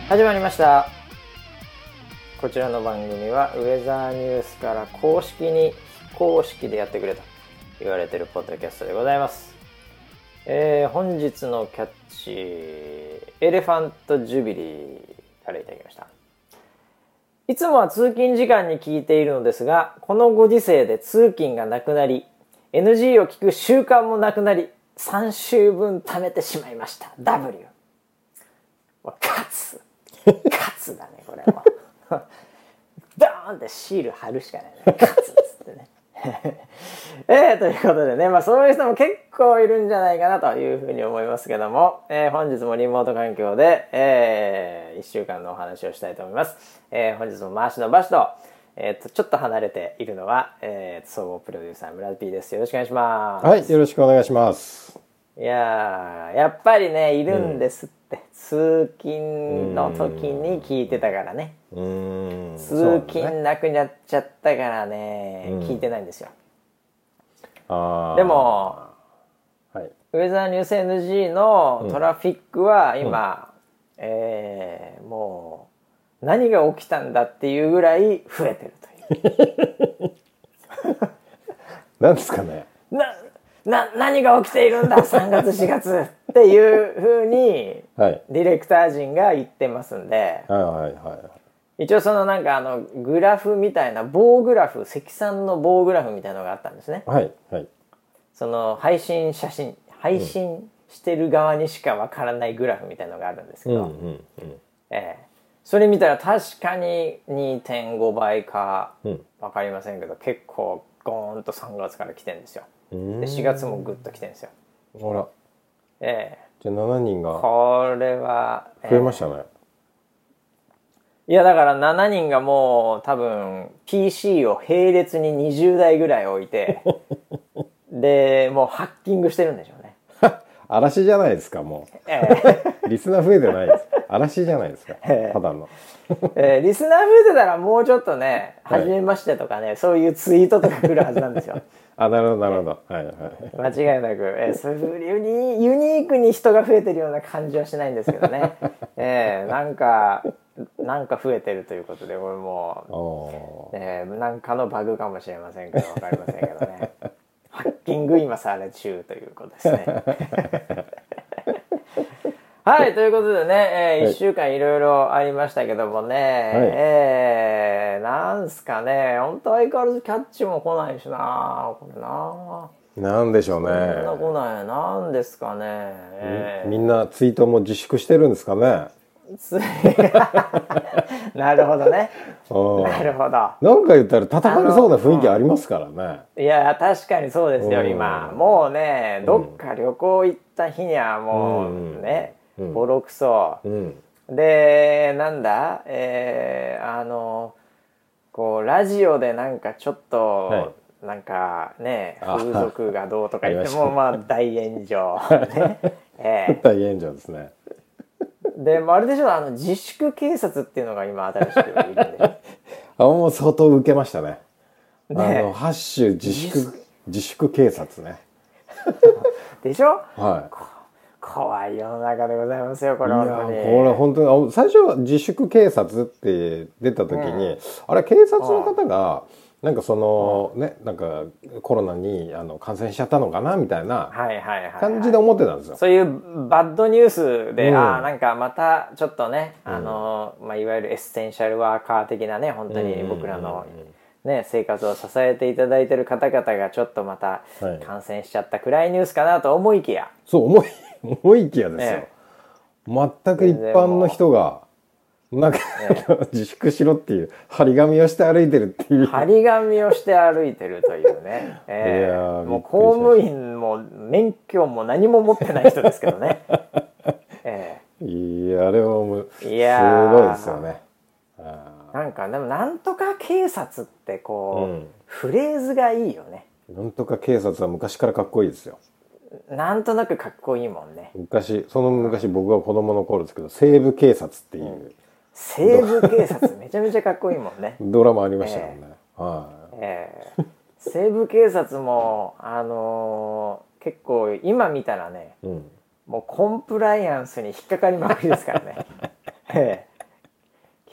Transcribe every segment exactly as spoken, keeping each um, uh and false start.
始まりました。こちらの番組はウェザーニュースから公式に非公式でやってくれと言われているポッドキャストでございます。えー、本日のキャッチエレファントジュビリーからいただきました。いつもは通勤時間に聞いているのですが、このご時世で通勤がなくなり エヌジー を聞く習慣もなくなりさん週分貯めてしまいました。 W 勝つ勝つだねこれはドーンってシール貼るしかないね。勝つっつってねえー、ということでね、まあそういう人も結構いるんじゃないかなというふうに思いますけども、えー、本日もリモート環境で、えー、いっしゅうかんのお話をしたいと思います。えー、本日も回しの場所と、えー、とちょっと離れているのは、えー、総合プロデューサー村 P です。よろしくお願いします。 はい、よろしくお願いします。 いやー、やっぱりねいるんですって、うん、通勤の時に聞いてたからね。うーん、通勤なくなっちゃったからね、うん、聞いてないんですよ。あでも、はい、ウェザーニュース エヌジー のトラフィックは今、うんえー、もう何が起きたんだっていうぐらい増えてるというなんですかね。 なな何が起きているんださんがつしがつっていう風にディレクター陣が言ってますんで、はいはいはいはい、一応そのなんかあのグラフみたいな棒グラフ、積算の棒グラフみたいなのがあったんですね。はいはい、その配信写真配信してる側にしかわからないグラフみたいなのがあるんですけど、うんうんうんえー、それ見たら確かに にてんご 倍かわかりませんけど、結構ゴーンとさんがつから来てるんですよ。でしがつもグッと来てるんですよ。 ほら、 えー、じゃあしちにんがこれは増えましたね。えー、いやだからしちにんがもう多分 ピーシー を並列ににじゅうだいぐらい置いてでもうハッキングしてるんでしょうね嵐じゃないですかもう、えー、リスナー増えてないです。嵐じゃないですか、えー、ただの、 えー、リスナー増えてたらもうちょっとね、はい、初めましてとかね、そういうツイートとか来るはずなんですよあ、なるほどなるほど、はいはい、 間違いなく、えー、そういうユニ、ユニークに人が増えてるような感じはしないんですけどね、えー、なんかなんか増えてるということで、これもう、えー、なんかのバグかもしれませんけど分かりませんけどねハッキング今され中ということですねはい、ということでね、えー、いっしゅうかんいろいろありましたけどもね、はいえー、なんすかね、本当相変わらずキャッチも来ないしな、これな。 なんでしょうね。 そんな来ない、なんですかね、 えーみ。みんなツイートも自粛してるんですかね。 なるほどね。なるほど。 なんか言ったら叩かれそうな雰囲気ありますからね。 いや確かにそうですよ。今もうね、どっか旅行行った日にはもうね、ボロクソ、うん、でなんだ、えー、あのこうラジオでなんかちょっと、はい、なんかね風俗がどうとか言ってもまあ大炎上、ねえー、大炎上ですね。 でもあれでしょ、あの自粛警察っていうのが今新しくいるんでしょあ、もう相当受けましたね。ねあのハッシュ自粛自粛警察ねでしょ、 はい、 怖い世の中でございますよこれ。 いやこれ本当に最初は自粛警察って出た時に、うん、あれ警察の方がなんかその、うん、ねなんかコロナにあの感染しちゃったのかなみたいな感じで思ってたんですよ。 そういうバッドニュースで、うん、あなんかまたちょっとね、うん、あのまあ、いわゆるエッセンシャルワーカー的なね本当に僕らの、ね、生活を支えていただいている方々がちょっとまた感染しちゃった暗いニュースかなと思いきや、はい、 そう思い思いきやですよ、ね、全く一般の人がなんか、ね、自粛しろっていう張り紙をして歩いてるっていう張り紙をして歩いてるというね、えー、もう公務員も免許も何も持ってない人ですけどね、 えー、いやあれはもうすごいですよね。 なんかでもなんとか警察ってこう、うん、フレーズがいいよね。 なんとか警察は昔からかっこいいですよ。 なんとなくかっこいいもんね。 昔その昔僕が子供の頃ですけど西部警察っていう、うん、 西部警察めちゃめちゃかっこいいもんねドラマありましたよね、えーはいえー、西部警察もあのー、結構今見たらね、うん、もうコンプライアンスに引っかかりまくりですからね、えー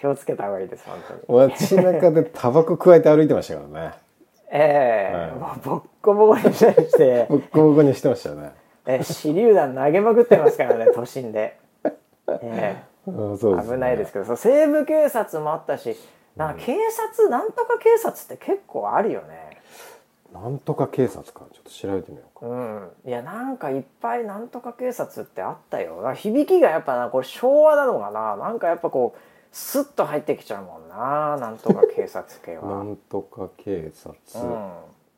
気をつけた方がいいです本当に。 街中でタバコ加えて歩いてましたからね。 ええー、 はい、 もうボッコボコにしたりしてボッコボコにしてましたよね。 え手榴弾投げまくってますからね都心で。ええーそうですね、 危ないですけど、そう西部警察もあったし、なんか警察、うん、なんとか警察って結構あるよね。 なんとか警察か、ちょっと調べてみようか。 うん、いやなんかいっぱいなんとか警察ってあったよ。響きがやっぱな、これ昭和なのかな、なんかやっぱこうスッと入ってきちゃうもんな、なんとか警察系は。 なんとか警察、うん、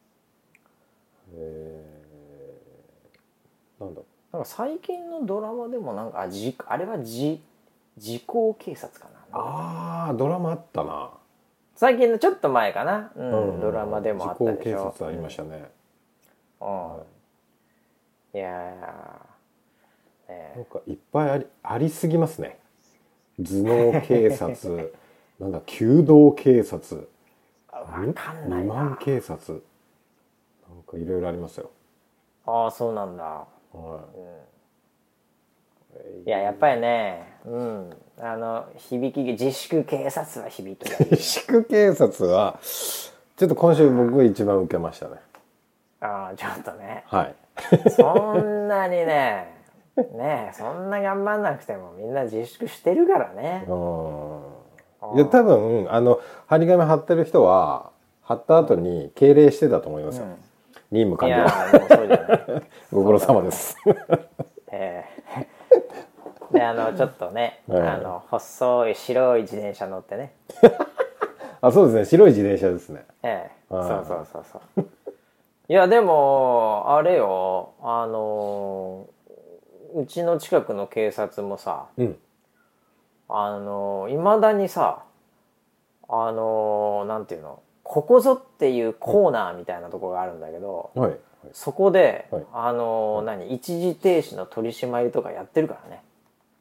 えー、なんだろう、なんか最近のドラマでもなんかあじあれはじ時効警察かな。 あードラマあったな、 最近のちょっと前かな、うん、うん、ドラマでもあったでしょ。 時効警察ありましたね。 うん、はい、いやー、 ね、なんかいっぱいあり、ありすぎますね。頭脳警察なんだ弓道警察、 わかんないな、 二万警察、なんかいろいろありますよ。 ああそうなんだ、はい、うん、いややっぱりね、うん、あの響き自粛警察は響きがいい。 自粛警察はちょっと今週僕一番受けましたね。 ああちょっとね、 はいそんなにねねえそんな頑張んなくてもみんな自粛してるからね。 うん、いや多分あの張り紙貼ってる人は貼った後に敬礼してたと思いますよ、うん、任務完了。いやもうそうじゃないご苦労様です。 えー、であのちょっとね、はい、あの細い白い自転車乗ってねあそうですね、白い自転車ですね。 ええー、そうそうそうそういやでもあれよ、あのうちの近くの警察もさ、うん、あのいまだにさ、あのなんていうの、ここぞっていうコーナーみたいなところがあるんだけど、はいはい、そこで、はい、あの、はい、何一時停止の取り締まりとかやってるからね。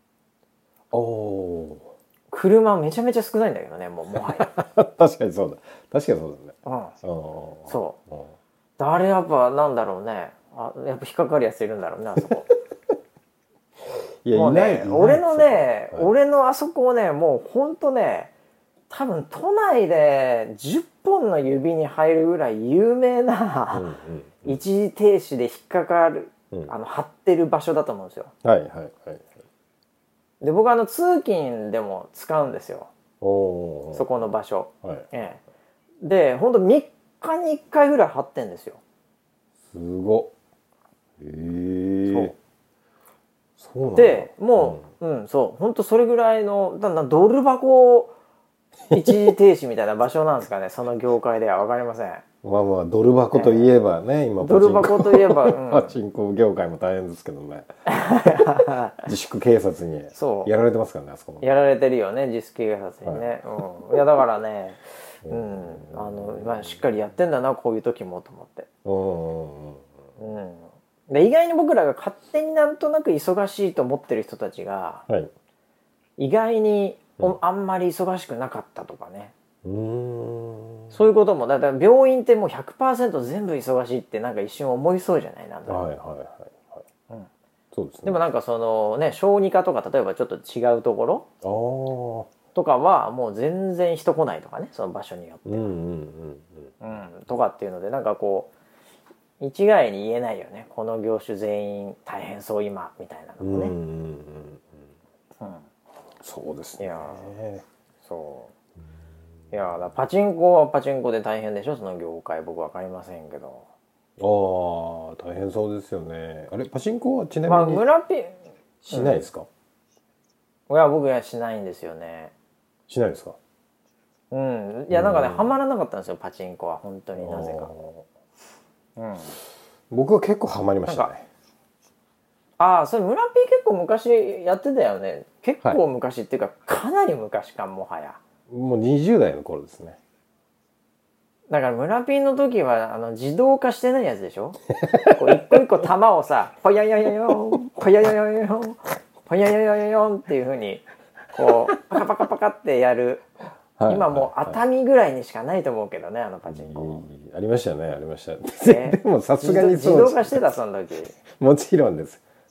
おー、 車めちゃめちゃ少ないんだけどね、もうもはや確かにそうだ、確かにそうだね、 うん、そう、あれやっぱなんだろうね、あやっぱ引っかかるやついるんだろうね、あそこいやもうね、俺のね、はい、俺のあそこをね、もうほんとね、多分都内でじゅっぽんの指に入るぐらい有名な、うんうんうん、一時停止で引っかかる、うん、あの張ってる場所だと思うんですよ。 はいはいはい。 で僕はあの通勤でも使うんですよ。おそこの場所。はい、ええ、でほんとみっかにいっかいぐらい張ってんですよ。 すごっ。へえ。そう。そうなんだ。 でもう、うん、うん、そうほんとそれぐらいのだんだんドル箱一時停止みたいな場所なんですかねその業界では分かりません。 まあまあドル箱といえばね、えー、今ドル箱といえば、うん、 パチンコ業界も大変ですけどね自粛警察にやられてますからね、あそこもやられてるよね、自粛警察にね、はい、うん、いやだからね、うん、あのまあ、しっかりやってんだなこういう時もと思って、うんうん、で意外に僕らが勝手になんとなく忙しいと思ってる人たちが、はい、意外にあんまり忙しくなかったとかね、うーん、そういうこともだから病院ってもう ひゃくパーセント 全部忙しいってなんか一瞬思いそうじゃない、なんだろう、はいはいはいはい、うん、そうですね。でもなんかそのね小児科とか例えばちょっと違うところとかはもう全然人来ないとかね、その場所によっては、うんうんうんうん、うん、とかっていうのでなんかこう一概に言えないよね、この業種全員大変そう今みたいなのもね、うんうんうんうん、 うん、そうですね。いやそういやだパチンコはパチンコで大変でしょ、その業界。僕分かりませんけど。 ああ大変そうですよね。あれパチンコはちなみに、まあ、 村ピしないですか？ うん、いや僕はしないんですよね。 しないですか？ うん、いやなんかね、うん、ハマらなかったんですよパチンコは、本当になぜか。 うん、僕は結構ハマりましたね。 ああそれ村ピ結構昔やってたよね。結構昔っていうか、はい、かなり昔か、もはやもうにじゅう代の頃ですね。 だから村ピンの時はあの自動化してないやつでしょこう一個一個玉をさポヤヨヨヨンポヤヨヨヨンポヤヨヨヨンっていう風にこうパカパカパカってやる、はい、今もう熱海ぐらいにしかないと思うけどね、あのパチンコ。ありましたね、ありました、ね、でもさすがにそう自動化してたその時。 もちろんです、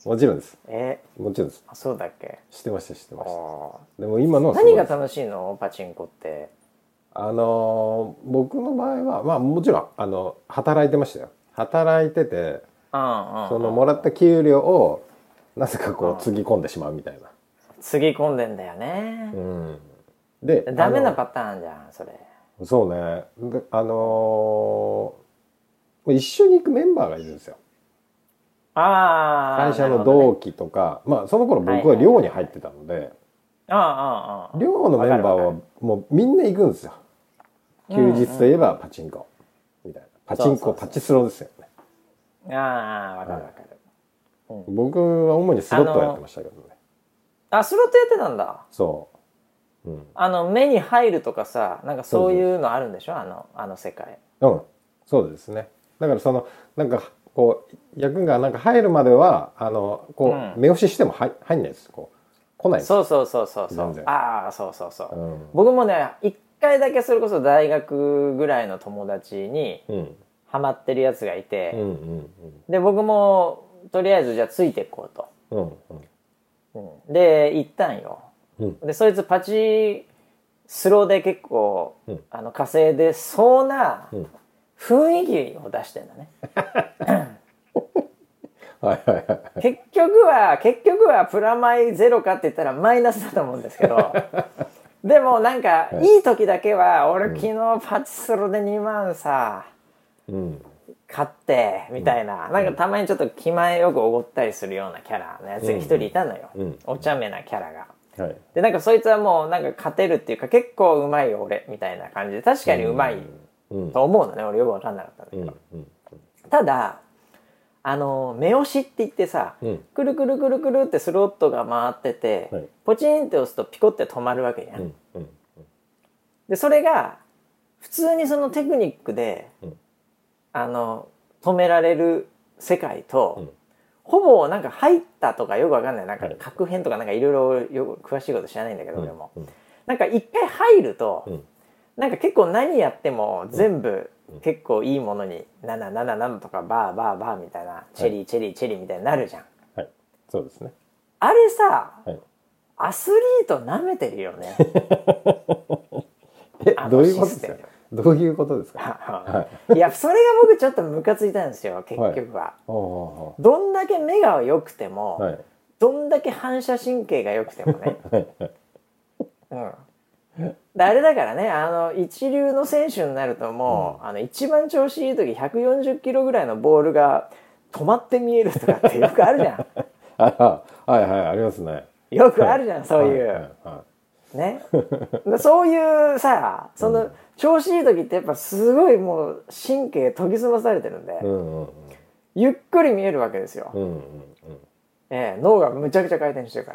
もちろんです。 えもちろんです。 あ、そうだっけ。 知ってました知ってました。 あでも今のは何が楽しいのパチンコって。 あのー僕の場合はまあもちろんあの働いてましたよ。働いてて、そのもらった給料をなぜかこうつぎ込んでしまうみたいな。 つぎ込んでんだよね。 うん。で、 ダメなパターンじゃんそれ。 そうね。であのー一緒に行くメンバーがいるんですよ。 ああ。 会社の同期とか、ね、まあその頃僕は寮に入ってたので、寮のメンバーはもうみんな行くんですよ。休日といえばパチンコみたいな。パチンコ、パチスロですよね。 ああ、わかるわかる、 はいうん。僕は主にスロットをやってましたけどね。 あ、スロットやってたんだ。 そう。うん、 あの目に入るとかさ、なんかそういうのあるんでしょ、あのあの世界。 うん、そうですね。だからそのなんかこう役がなんか入るまではあのこう、うん、目押ししても入入んないです。こう来ないです。 そうそうそうそうそう。ああ、そうそうそう。うん、僕もね一回だけそれこそ大学ぐらいの友達にハマってるやつがいて、うんうんうん、で僕もとりあえずじゃあついていこうと。うんうんうん、で行ったんよ。うん、でそいつパチスロで結構、うん、あの稼いでそうな雰囲気を出してんだね。はいはいはい、結局は結局はプラマイゼロかって言ったらマイナスだと思うんですけどでもなんか、はい、いい時だけは俺昨日パチスロでにまんさ、うん、買ってみたいな、うん、なんかたまにちょっと気前よくおごったりするようなキャラのやつが一人いたのよ、うん、お茶目なキャラが。はい、でなんかそいつはもうなんか勝てるっていうか結構うまいよ俺みたいな感じで確かにうまいと思うのね、うん、俺よく分かんなかったんだけど、うんうん、ただあの目押しって言ってさ、うん、くるくるくるくるってスロットが回ってて、はい、ポチンって押すとピコって止まるわけじゃん、うんうんうん、でそれが普通にそのテクニックで、うん、あの止められる世界と、うん、ほぼなんか入ったとかよくわかんないなんか確変とかなんかいろいろ詳しいこと知らないんだけど、俺も、うんうん、なんか一回入ると、うん、なんか結構何やっても全部結構いいものにななななななとかバーバーバーみたいなチェリーチェリーチェリーみたいになるじゃん。 はい、そうですね。 あれさ、はい、アスリート舐めてるよね。 え、どういうことですか？どういうことですか？ いや、それが僕ちょっとムカついたんですよ、結局は。はい、どんだけ目が良くても、はい、どんだけ反射神経が良くてもね。うん。あれだからね、あの一流の選手になるともう、うん、あの一番調子いい時ひゃくよんじゅっキロぐらいのボールが止まって見えるとかってよくあるじゃん。 あ、はいはいありますね。 よくあるじゃん、そういう、はいはいはい、ね。そういうさ、その、うん、調子いい時ってやっぱすごいもう神経研ぎ澄まされてるんで、うんうんうん、ゆっくり見えるわけですよ。うんうんうん、えー、脳がむちゃくちゃ回転してるから。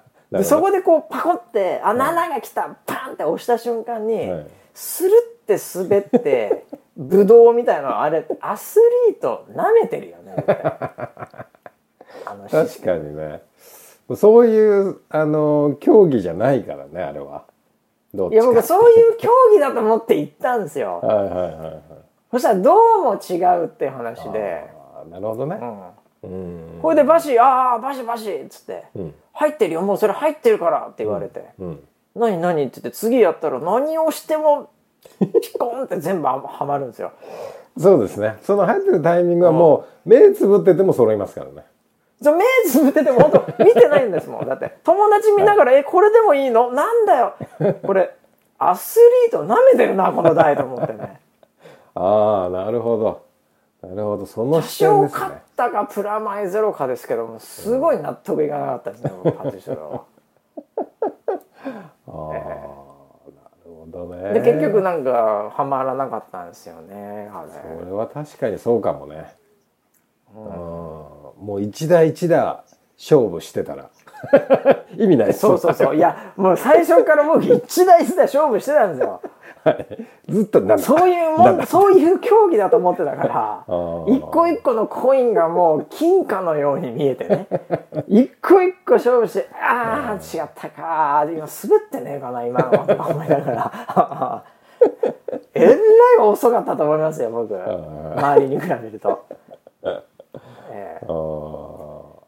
でそこでこうパコってあななが来た、はい、パンって押した瞬間に、はい、スルって滑ってブドウみたいなのあれアスリート舐めてるよね。 あの確かにね。そういうあの競技じゃないからねあれは。 どっちかいや僕そういう競技だと思って行ったんですよ。はいはいはいはい。そしたらどうも違うっていう話で。 あなるほどね。 うん、うんこれでバシああバシバシっつって。うん入ってるよもうそれ入ってるからって言われて、うんうん、何何って言って次やったら何をしてもピコンって全部はまるんですよ。 そうですね。その入ってるタイミングはもう目つぶってても揃いますからね。 そう目つぶってても本当見てないんですもん。だって友達見ながら、はい、えこれでもいいのなんだよこれアスリート舐めてるなこの台と思ってね。ああなるほど。なるほどその視点ですね。 多少勝ったかプラマイゼロかですけどもすごい納得いかなかったですね、うん、パチスロは。ああ、えー、なるほどね。で結局なんかハマらなかったんですよねあれ。 それは確かにそうかもね。うん、もう一打一打勝負してたら意味ないです。 そうそうそういやもう最初から僕一打一打勝負してたんですよ。 はい、ずっとなんそういうもんそういう競技だと思ってたから一個一個のコインがもう金貨のように見えてね一個一個勝負してああ違ったか今滑ってねえかな今のとか思いながらえらい遅かったと思いますよ僕周りに比べると、えー、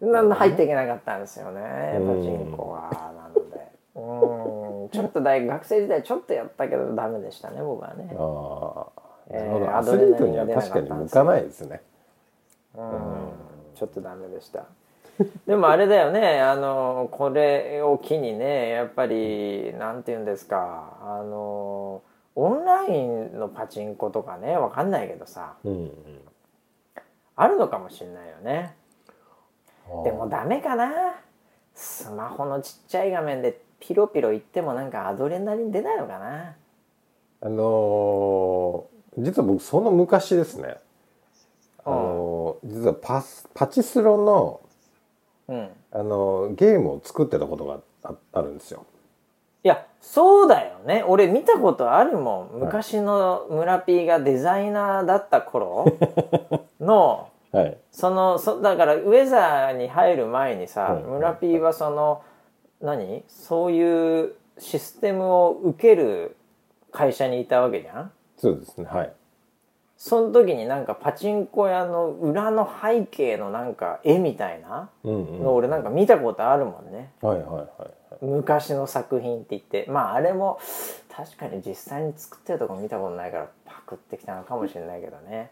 なん入っていけなかったんですよね、パチンコは。なのでうんちょっと大学生時代ちょっとやったけどダメでしたね僕はね。 ああ、なるほど。 えー、 アスリートには確かに向かないですね。 うんちょっとダメでした。でもあれだよね、あのこれを機にねやっぱりなんて言うんですか、あのオンラインのパチンコとかね、わかんないけどさ、 うんうん、 あるのかもしれないよね。でもダメかな、スマホのちっちゃい画面でピロピロ言ってもなんかアドレナリン出ないのかな。 あのー、実は僕その昔ですね、あのー、実はパスパチスロの、うん、あのー、ゲームを作ってたことが あ, あるんですよ。 いやそうだよね、俺見たことあるもん、昔の村 P がデザイナーだった頃のはい、そのそだからウェザーに入る前にさ、はい、村 P はその何そういうシステムを受ける会社にいたわけじゃん。 そうですね、はい。 その時になんかパチンコ屋の裏の背景のなんか絵みたいなの俺なんか見たことあるもんね、 はいはいはい、はい、 昔の作品って言って、まああれも確かに実際に作ってるとこ見たことないからパクってきたのかもしれないけどね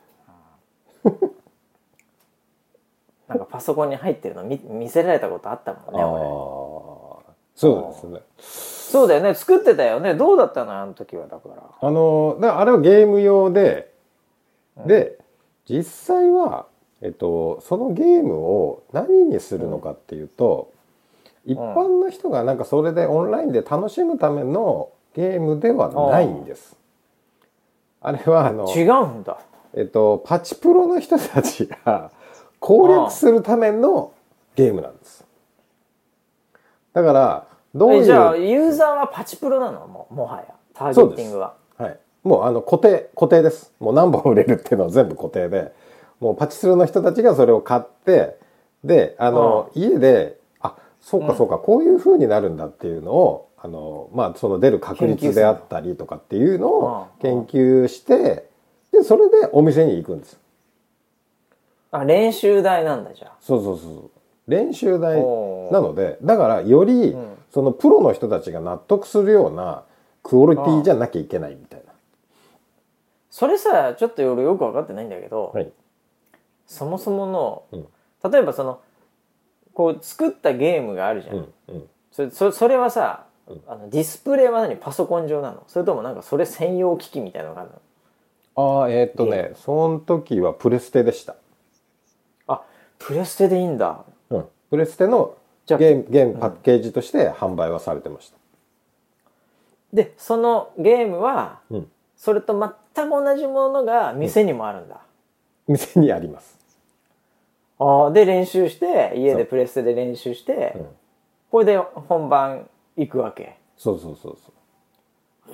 なんかパソコンに入ってるの 見, 見せられたことあったもんね。 俺あそうですね。 そうだよね、作ってたよね。どうだったのあの時は。だからあのだからあれはゲーム用で、うん、で実際は、えっと、そのゲームを何にするのかっていうと、うん、一般の人がなんかそれでオンラインで楽しむためのゲームではないんです。あ, あれはあの違うんだ、 えっと、パチプロの人たちが攻略するためのゲームなんです。だからどういう、 じゃあユーザーはパチプロなの？もうもはやターゲティングは。 はい、もうあの固定固定です。もう何本売れるっていうのは全部固定で、もうパチスロの人たちがそれを買って、であの家であそうかそうか、うん、こういう風になるんだっていうのをあのまあその出る確率であったりとかっていうのを研究して、でそれでお店に行くんです。 あ、練習台なんだ。じゃあそうそうそう練習台なので、だからより、うん、そのプロの人たちが納得するようなクオリティじゃなきゃいけないみたいな。 それさちょっと俺よく分かってないんだけど、はい、そもそもの、うん、例えばそのこう作ったゲームがあるじゃん、うんうん、そ, そ, それはさ、うん、あのディスプレイは何パソコン上なの？それともなんかそれ専用機器みたいなのがあるの？ ああえー、っとねその時はプレステでした。 あ、プレステでいいんだ。 うん、プレステのゲーム、ゲームパッケージとして販売はされてました。 うん、でそのゲームは、うん、それと全く同じものが店にもあるんだ。 うん、店にあります。 あで練習して家でプレステで練習して、うん、これで本番行くわけ。 そうそうそうそう。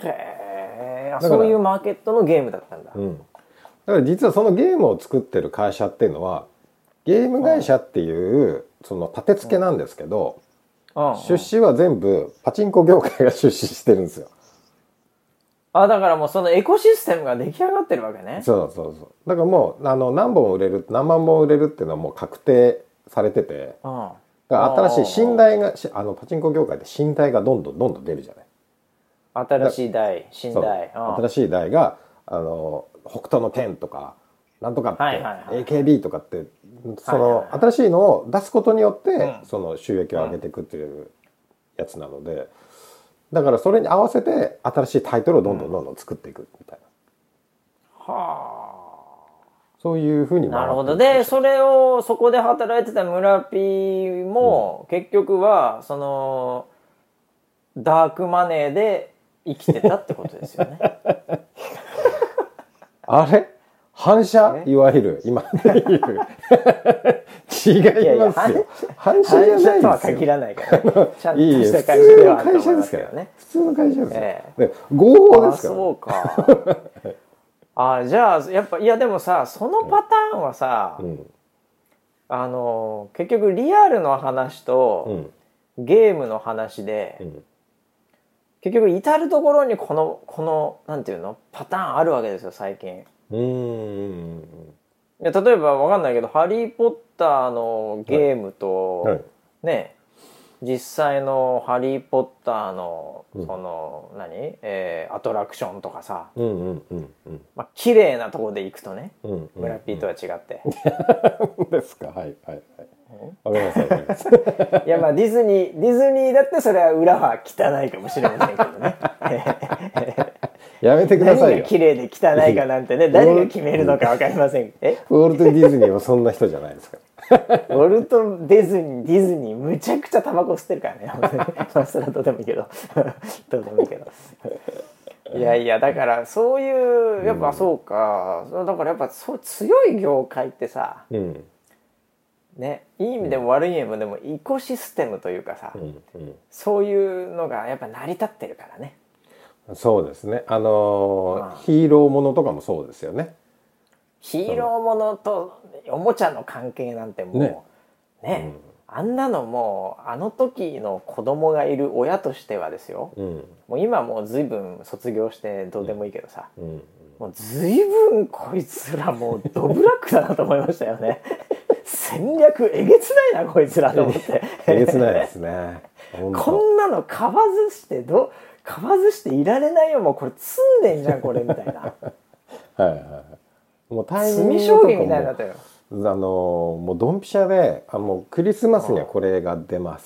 へえ、そういうマーケットのゲームだったんだ。 うん、だから実はそのゲームを作ってる会社っていうのはゲーム会社っていうその立て付けなんですけど、うん、出資は全部パチンコ業界が出資してるんですよ。 あ、だからもうそのエコシステムが出来上がってるわけね。 そうそうそう。だからもうあの何本売れる何万本売れるっていうのはもう確定されてて、うん、だから新しい新台があのパチンコ業界で新台がどんどんどんどん出るじゃない。 新しい台、新台、 うん、新しい台があの北斗の拳とかなんとかって、はいはいはい、エーケービー とかってその、はいはいはい、新しいのを出すことによって、うん、その収益を上げていくっていうやつなので、うん、だからそれに合わせて新しいタイトルをどんどんどんどん作っていくみたいな、うん、はあ、そういうふうになるほど。でそれをそこで働いてた村 P も、うん、結局はそのダークマネーで生きてたってことですよね。 あれ反射いわゆる今で言う違いますよ。反射じゃないですよ。とは限らないからね。ちゃんとした会社ではあると思いますけどね。 普通の会社ですよ。 ええ、合法ですから。 あ、そうか。あ、じゃあやっぱいやでもさそのパターンはさ、うん、あの結局リアルの話と、うん、ゲームの話で。うん、結局至る所にこのこのなんていうのパターンあるわけですよ最近。うーんいや例えばわかんないけど「ハリー・ポッター」のゲームと、 はいはい、ね実際の「ハリー・ポッターの」その、うん、何、えー、アトラクションとかさ、 うんうんうんうん、 まあ綺麗なところで行くとね、うんうんうん、村ピーとは違ってですか、はいはいはい、わかりますわかりますいやまあディズニーディズニーだってそれは裏は汚いかもしれませんけどねやめてくださいよ。 何が綺麗で汚いかなんてね誰が決めるのか分かりません。えウォルト・ディズニーはそんな人じゃないですかウォルト・ディズニーディズニーむちゃくちゃタバコ吸ってるからねまあそれはどうでもいいけどどうでもいいけどいやいやだからそういうやっぱそうか、うん、だからやっぱそう強い業界ってさ、うんね、いい意味でも悪い意味でもイコシステムというかさ、うんうん、そういうのがやっぱ成り立ってるからね。 そうですね、あのーまあ、ヒーローものとかもそうですよね。 ヒーローものとおもちゃの関係なんてもうね、ね、うん、あんなのもうあの時の子供がいる親としてはですよ、うん、もう今もう随分卒業してどうでもいいけどさ、うんうん、もう随分こいつらもうドブラックだなと思いましたよね戦略えげつないなこいつらと思ってえげつないですねこんなのかわずしてどかわずしていられないよもうこれ積んでんじゃんこれみたいなはいはい、もうタイミングとかもみたいになったよ。 あのもうドンピシャであもうクリスマスにはこれが出ます、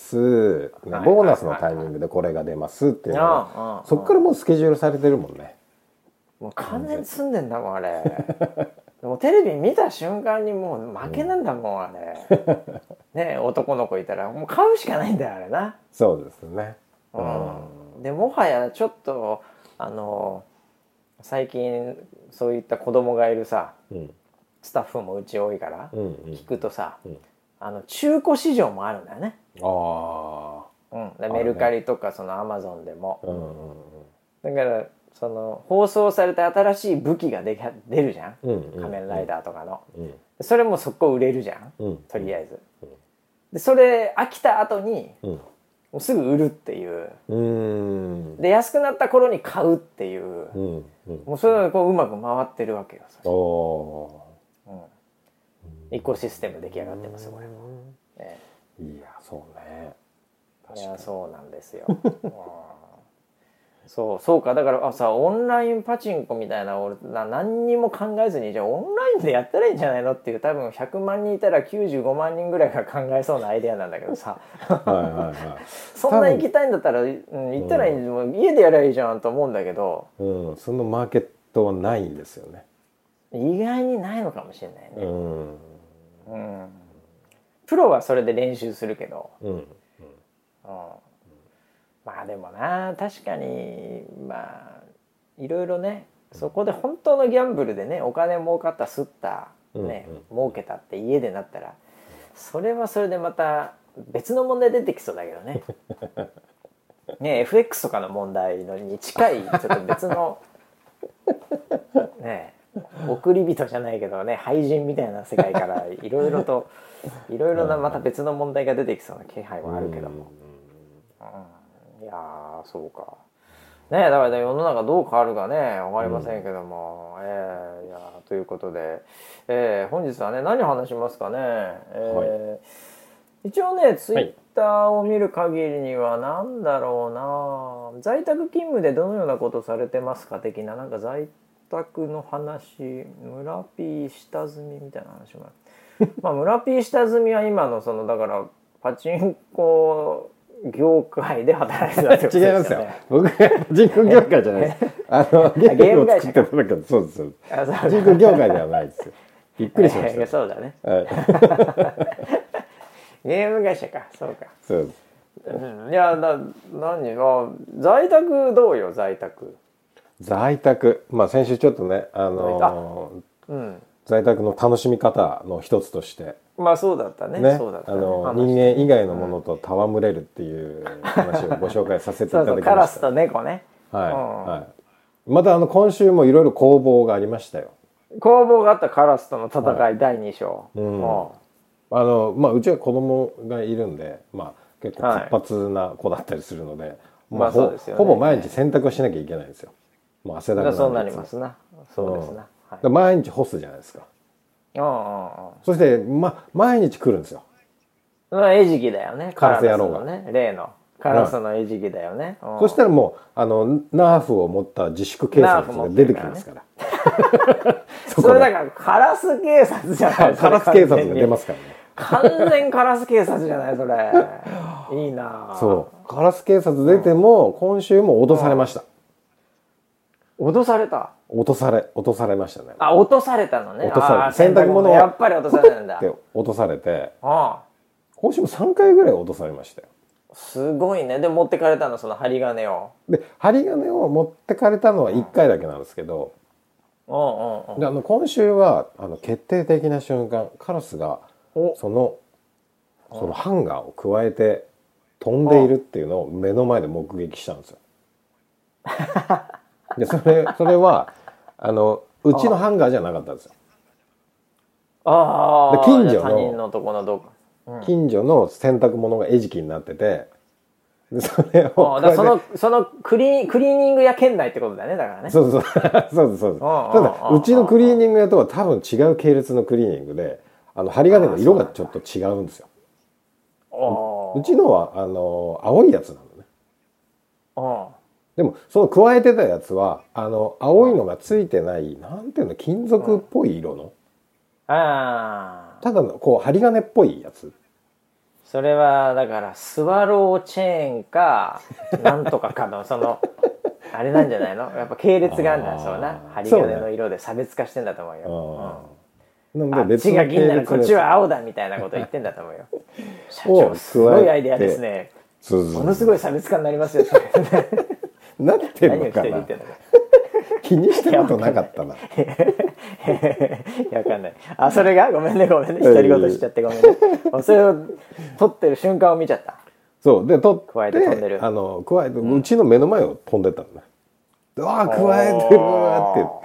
ね、ボーナスのタイミングでこれが出ますっていうのがそっからもうスケジュールされてるもんね。 もう完全に積んでんだもんあれもうテレビ見た瞬間にもう負けなんだもん、うん、あれね男の子いたらもう買うしかないんだよあれな。 そうですね、 うん、でもはやちょっとあの最近そういった子供がいるさ、うん、スタッフもうち多いから聞くとさ、うんうん、あの中古市場もあるんだよね。あ、うん、でメルカリとかそのアマゾンでも、うんうんうん、だからその放送された新しい武器が出るじゃん、うんうんうん、仮面ライダーとかの、うん、それも速攻売れるじゃん、うん、とりあえず、うん、でそれ飽きた後に、うん、もうすぐ売るっていう、うーんで安くなった頃に買うっていう、うんうん、もうそれがこううまく回ってるわけよ。お、うん、イコシステム出来上がってますこれも、 ね、いやそうねいやそうなんですよそうそうかだからあさオンラインパチンコみたいな俺な何にも考えずにじゃあオンラインでやったらいいんじゃないのっていう多分ひゃくまんにんいたらきゅうじゅうごまんにんぐらいが考えそうなアイデアなんだけどさはいはい、はい、そんな行きたいんだったら、うん、行ったらいい、うん、家でやればいいじゃんと思うんだけど、 うん、そのマーケットはないんですよね。 意外にないのかもしれないね、うんうん、プロはそれで練習するけど、うんうんうんまあでもな確かにまあいろいろねそこで本当のギャンブルでねお金儲かったすったね、うんうん、儲けたって家でなったらそれはそれでまた別の問題出てきそうだけどねね エフエックス とかの問題のに近いちょっと別のね送り人じゃないけどね廃人みたいな世界からいろいろといろいろなまた別の問題が出てきそうな気配はあるけども、うんいやそうかねだから世の中どう変わるかね分かりませんけども、うんえー、いやということで、えー、本日はね何話しますかね、えーはい、一応ねツイッターを見る限りには何だろうな在宅勤務でどのようなことされてますか的ななんか在宅の話村 P 下積みみたいな話もあるまあ村 P 下積みは今のそのだからパチンコ業界で働いてたってことですよね。違いますよ。僕が人口業界じゃないです。あのゲームを作ってただけどそうです。人口業界ではないですよ。びっくりしました。そうだね。はい、ゲーム会社か、そうか。そうです。うん、いやだ何あ在宅どうよ在宅。 在宅まあ先週ちょっとねあのー、うん。在宅の楽しみ方の一つとしてまあそうだったね。 ねそうだったねあの人間以外のものと戯れるっていう話をご紹介させていただきました。そうそうカラスと猫ね。 はい、うんはい、またあの今週もいろいろ攻防がありましたよ。 攻防があったカラスとの戦い、はい、だいに章。うん、 あのまあうちは子供がいるんで、まあ結構活発な子だったりするので、はい、まあ、ほ, まあね、ほぼ毎日洗濯をしなきゃいけないんですよ。もう汗だくなんで。 そうなりますな。そうですな。 うん、毎日干すじゃないですか。 うんうんうん。 そして、ま、毎日来るんですよ。 まあ、餌食だよね。 カラス野郎がカラスのね、例の。カラスの餌食だよね。うん、 そしたらもう、あの、ナーフを持った自粛警察が出てきますから。 そ, それだから、カラス警察じゃない。 カラス警察が出ますからね。 完全カラス警察じゃない、それ。いいな。 そう。カラス警察出ても、うん、今週も脅されました。 脅された落とされ、落とされましたね。 あ、落とされたのね。 落とされて、洗濯物をやっぱり落とされたんだ。 って落とされて、 ああ今週もさんかいぐらい落とされましたよ。 すごいね。で持ってかれたの、その針金を。 で、針金を持ってかれたのはいっかいだけなんですけど、 うんうんうん、 であの今週はあの決定的な瞬間、カラスがそのそのハンガーを加えて飛んでいるっていうのを目の前で目撃したんですよ。でそれそれはあのうちのハンガーじゃなかったんですよ。 ああ。 近所の他人のとこのどこ、 うん、近所の洗濯物が餌食になってて、でそれをだそのそのクリクリーニング屋圏内ってことだね、だからね。 そうそうそうそうですそうです。ただうちのクリーニング屋とは多分違う系列のクリーニングで、あの針金の色がちょっと違うんですよ。う, うちのはあの青いやつなのね。でもその加えてたやつはあの青いのがついてない、なんていうの、金属っぽい色の、うん、 あただのこう針金っぽいやつ。 それはだからスワローチェーンかなんとかかのそのあれなんじゃないの、やっぱ系列があるんだそうな、針金の色で差別化してんだと思うよ。うん、あっちが銀ならこっちは青だみたいなこと言ってんだと思うよ。社長すごいアイデアですね。ものすごい差別化になりますよ。 なってるのかな。気にしてることなかったな。いや、わかんない。あ、それがごめんねごめんね、独り言しちゃってごめんね。それを取ってる瞬間を見ちゃった。 そうで取って加えて飛んでる。 あの加えて、うん、うちの目の前を飛んでったのね。うわー加えてるって言った。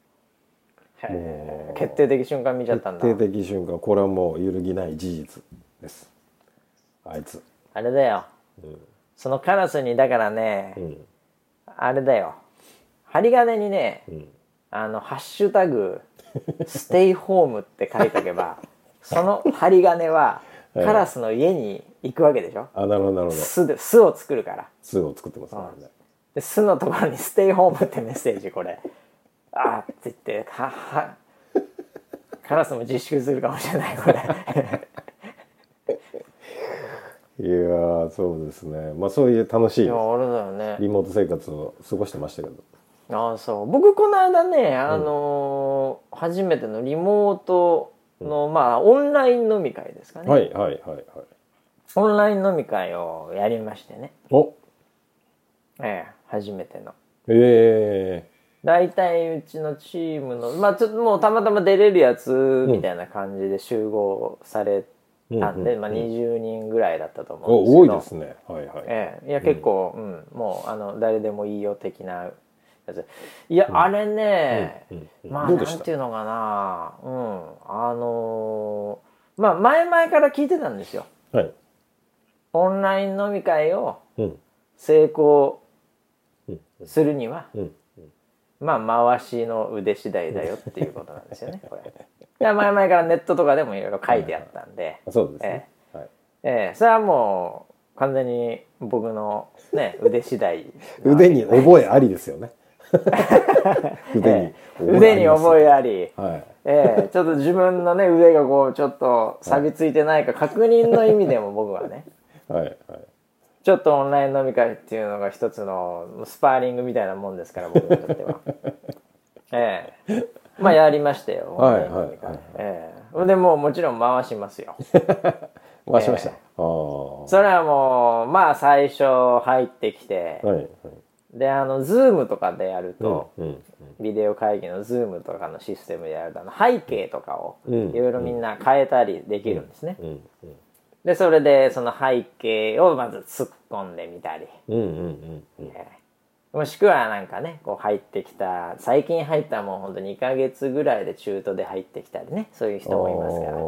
もう決定的瞬間見ちゃったんだ。 決定的瞬間、これはもう揺るぎない事実です。あいつ。 あれだよ。うん、そのカラスにだからね、うん、あれだよ。針金にね、うん、あのハッシュタグステイホームって書いとけば、その針金はカラスの家に行くわけでしょ。 あ、なるほどなるほど。 巣で巣を作るから。 巣を作ってますからね。 で巣のところにステイホームってメッセージ、これ。あーって言ってははカラスも自粛するかもしれないこれ。 いやーそうですね。まあそういう楽しい、 いやあれだよね、 リモート生活を過ごしてましたけど。 ああそう。僕この間ね、あのーうん、初めてのリモートの、うん、まあオンライン飲み会ですかね。 はいはいはいはい。 オンライン飲み会をやりましてね。 お。 ええ初めての。 ええー。 大体うちのチームのまあちょっともうたまたま出れるやつみたいな感じで集合されたんで、うん、まあにじゅうにんぐらいだったと思うんですけど。 多いですね。はいはい。 ええ、いや結構、うん、うん、もうあの誰でもいいよ的なやつ。いや、うん、あれね、うんうん、まあなんていうのかな、うん、あのー、まあ前々から聞いてたんですよ。 はい。 オンライン飲み会を成功するには。うんうんまあ回しの腕次第だよっていうことなんですよねこれ。いや前々からネットとかでもいろいろ書いてあったんで、はいはい、 そうですね、 えーはいえー、それはもう完全に僕のね腕次第腕に覚えありですよね。 腕に腕に覚えあり、はいえー、ちょっと自分のね腕がこうちょっと錆びついてないか確認の意味でも僕はねはいはいちょっとオンライン飲み会っていうのが一つのスパーリングみたいなもんですから僕にとっては。ええまあやりましたよ。 はいはいはい、 ええでもうもちろん回しますよ。 回しました。えー、それはもうまあ最初入ってきて、はいはい、であの Zoom とかでやると、うんうんうん、ビデオ会議の Zoom とかのシステムでやると背景とかをいろいろみんな変えたりできるんですね。うんうんうんでそれでその背景をまず突っ込んでみたり、うんうんうんうんえー、もしくはなんかねこう入ってきた最近入ったもうほんとにかげつぐらいで中途で入ってきたりねそういう人もいますから、はい、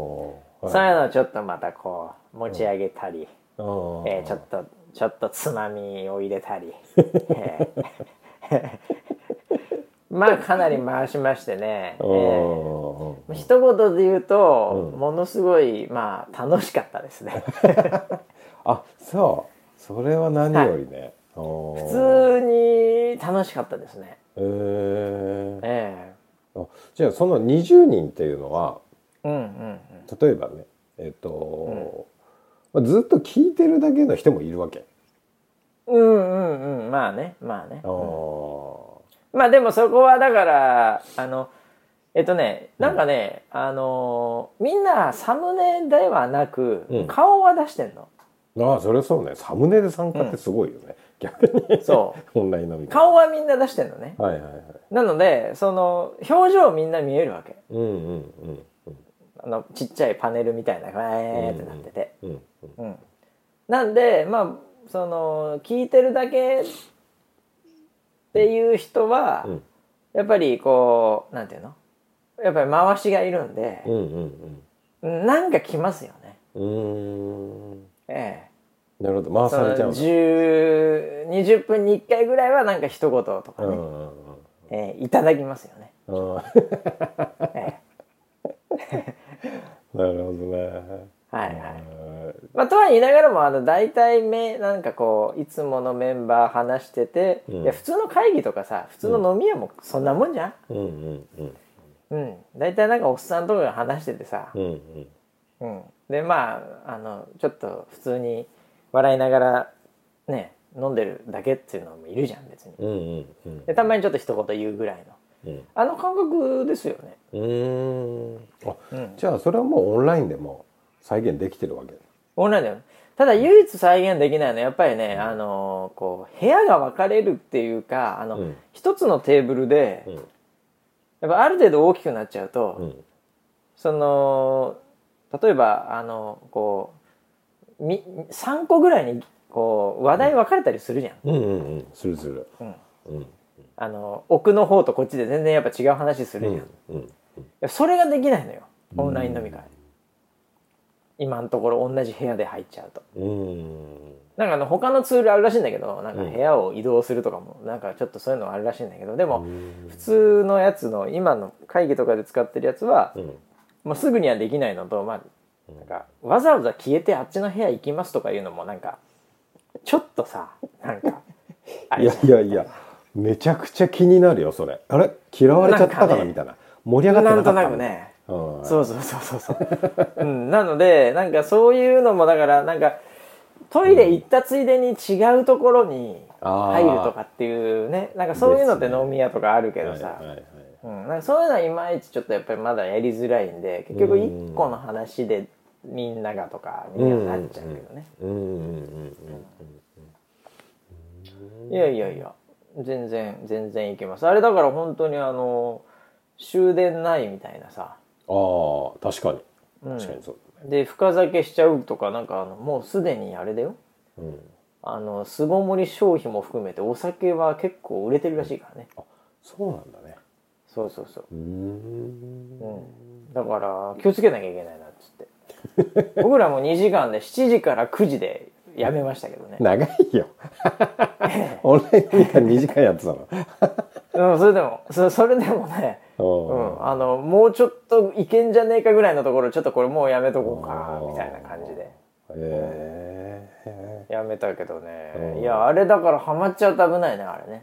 そういうのをちょっとまたこう持ち上げたり、うんえー、ちょっとちょっとつまみを入れたり、えー、まあかなり回しましてね、えーうん、 一言で言うと、 うん、 ものすごいまあ楽しかったですねあ、そうそれは何よりね、 はい、普通に楽しかったですね。 えー、 えあ、じゃあそのにじゅうにんっていうのは、 うんうんうん、 例えばね、えっと、うん、ずっと聞いてるだけの人もいるわけ。 うんうんうん、まあねまあね、 あ、 うん、まあでもそこはだからあのえっとねなんかね、うん、あのみんなサムネではなく、うん、顔は出してんの。 ああ、それそうね。サムネで参加ってすごいよね、うん、逆にそうオンライン飲み会顔はみんな出してんのね。 はいはいはい。 なのでその表情みんな見えるわけ。 うんうんうんうん、 あのちっちゃいパネルみたいなえーってなってて、うんうんうん、なんでまあその聞いてるだけっていう人は、うん、やっぱりこうなんていうのやっぱり回しがいるんで、うんうんうん、なんか来ますよね。うーん、ええ、なるほど、回されちゃうんだ。じゅう、にじゅっぷんにいっかいぐらいはなんか一言とかね、うんうんうん、えー、いただきますよね。ええ、なるほどね。 はいはい。まあ、とは言いながらもあの大体めなんかこういつものメンバー話してて、うん、いや普通の会議とかさ普通の飲み屋もそんなもんじゃん。うんうんうんうん、大体なんかおっさんとかが話しててさ、うんうんうん、でまああのちょっと普通に笑いながらね飲んでるだけっていうのもいるじゃん別に、うんうんうん、でたまにちょっと一言言うぐらいの、うん、あの感覚ですよね。うーん、 あ、うん、じゃあそれはもうオンラインでも再現できてるわけ。 オンラインだよね。ただ唯一再現できないのはやっぱりね、うん、あのこう部屋が分かれるっていうかあの、うん、一つのテーブルで、うん、やっぱある程度大きくなっちゃうと、うん、その例えばあのこうみさんこぐらいにこう話題分かれたりするじゃん。 うんうんうん、するする。うんうん、あの奥の方とこっちで全然やっぱ違う話するじゃん。うんうんうん、それができないのよオンライン飲み会。今のところ同じ部屋で入っちゃうと。うん、なんかあの他のツールあるらしいんだけどなんか部屋を移動するとかもなんかちょっとそういうのあるらしいんだけどでも普通のやつの今の会議とかで使ってるやつは、うん、もうすぐにはできないのと、まあ、なんかわざわざ消えてあっちの部屋行きますとかいうのもなんかちょっとさなんかいやいやいやめちゃくちゃ気になるよそれ。あれ嫌われちゃったかなみたいな、盛り上がってなかったなんとなくね、うん、そうそうそうそうそう、うん、なのでなんかそういうのもだからなんかトイレ行ったついでに違うところに入るとかっていうねなんかそういうのって飲み屋とかあるけどさ、うん、なんかそういうのはいまいちちょっとやっぱりまだやりづらいんで結局一個の話でみんながとかみんななっちゃうけどね。いやいやいや全然全然いけます。あれだから本当にあの終電ないみたいなさ。 ああ確かに、 うん、確かにそうだね。で深酒しちゃうとかなんかあのもうすでにあれだよ、うん、あの巣ごもり消費も含めてお酒は結構売れてるらしいからね。 あそうなんだね。 そうそうそう。うーん、うん、だから気をつけなきゃいけないなっつって僕らもにじかんでしちじからくじでやめましたけどね。 長いよオンライン飲み会にじかんやってたのうん、それでも そ, それでもね、うん、あのもうちょっといけんじゃねえかぐらいのところちょっとこれもうやめとこうかみたいな感じで、えー、やめたけどね。いやあれだからハマっちゃうと危ないねあれね、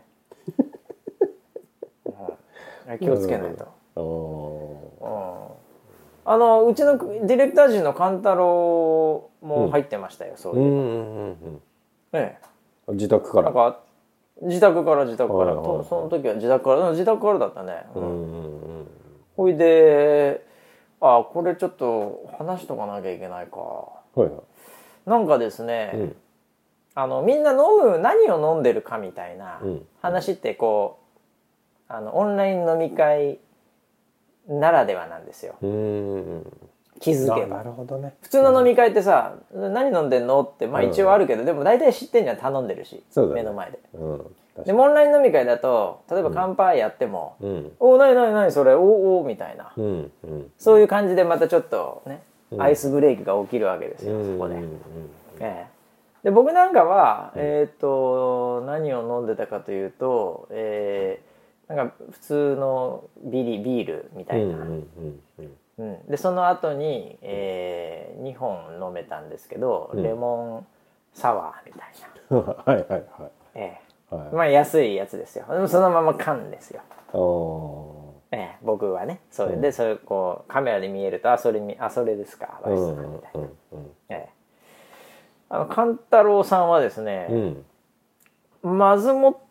うん、気をつけないと、うん、あのうちのディレクター陣の勘太郎も入ってましたよ、うん、そういう、うんうんうん、ええ、自宅からなんか自宅から自宅から、はいはいはい、その時は自宅から自宅からだったね、うんうんうん、ほいであこれちょっと話しとかなきゃいけないか、はいはい、なんかですね、うん、あのみんな飲む何を飲んでるかみたいな話ってこうあのオンライン飲み会ならではなんですよ。うん気づけば。なるほどね。普通の飲み会ってさ、うん、何飲んでんのってまあ一応あるけど、うん、でも大体知ってんじゃん頼んでるし、ね、目の前で。うん、でオンライン飲み会だと例えば乾杯やっても、うん、おなになになにそれおおみたいな、うんうん、そういう感じでまたちょっとね、うん、アイスブレイクが起きるわけですよ、うん、そこで。うんうんええ、で僕なんかは、うん、えっと何を飲んでたかというと、えーなんか普通のビリビールみたいな、うんうんうんうん、でその後に、えー、にほん飲めたんですけど、 うん、 レモンサワーみたいなはいはいはい、 えーはい、 まあ安いやつですよ。そのまま缶ですよ。 おええ、僕はねそれで、 うん、 それこうカメラで見えるとあそれあそれですか、 うんバイスさんみたいな、 うんうんええ、あの勘太郎さんはですね、 うん、 まずもって、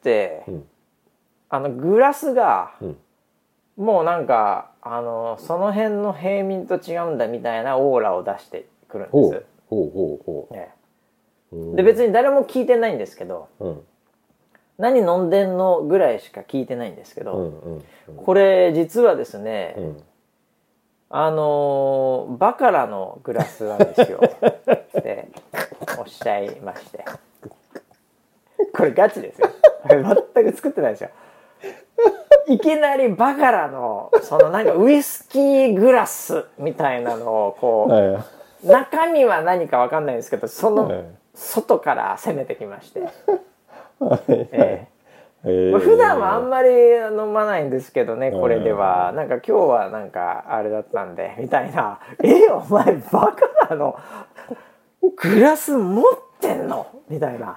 うん、 あのグラスが、 うん、 もうなんかあのその辺の平民と違うんだみたいなオーラを出してくるんです。 ほうほうほうほう、 ええ、 うん、 で別に誰も聞いてないんですけど、 うん、 何飲んでんのぐらいしか聞いてないんですけど、 うんうんうん、 これ実はですね、 うん、 あのー、バカラのグラスなんですよっておっしゃいまして、これガチですよ。これ全く作ってないですよ。いきなりバカラのそのなんかウイスキーグラスみたいなのをこう、はい、中身は何か分かんないんですけど、その外から攻めてきまして、はい、えーえー、普段はあんまり飲まないんですけどね、これではなんか今日はなんかあれだったんでみたいな。えお前バカラのグラス持ってんのみたいな、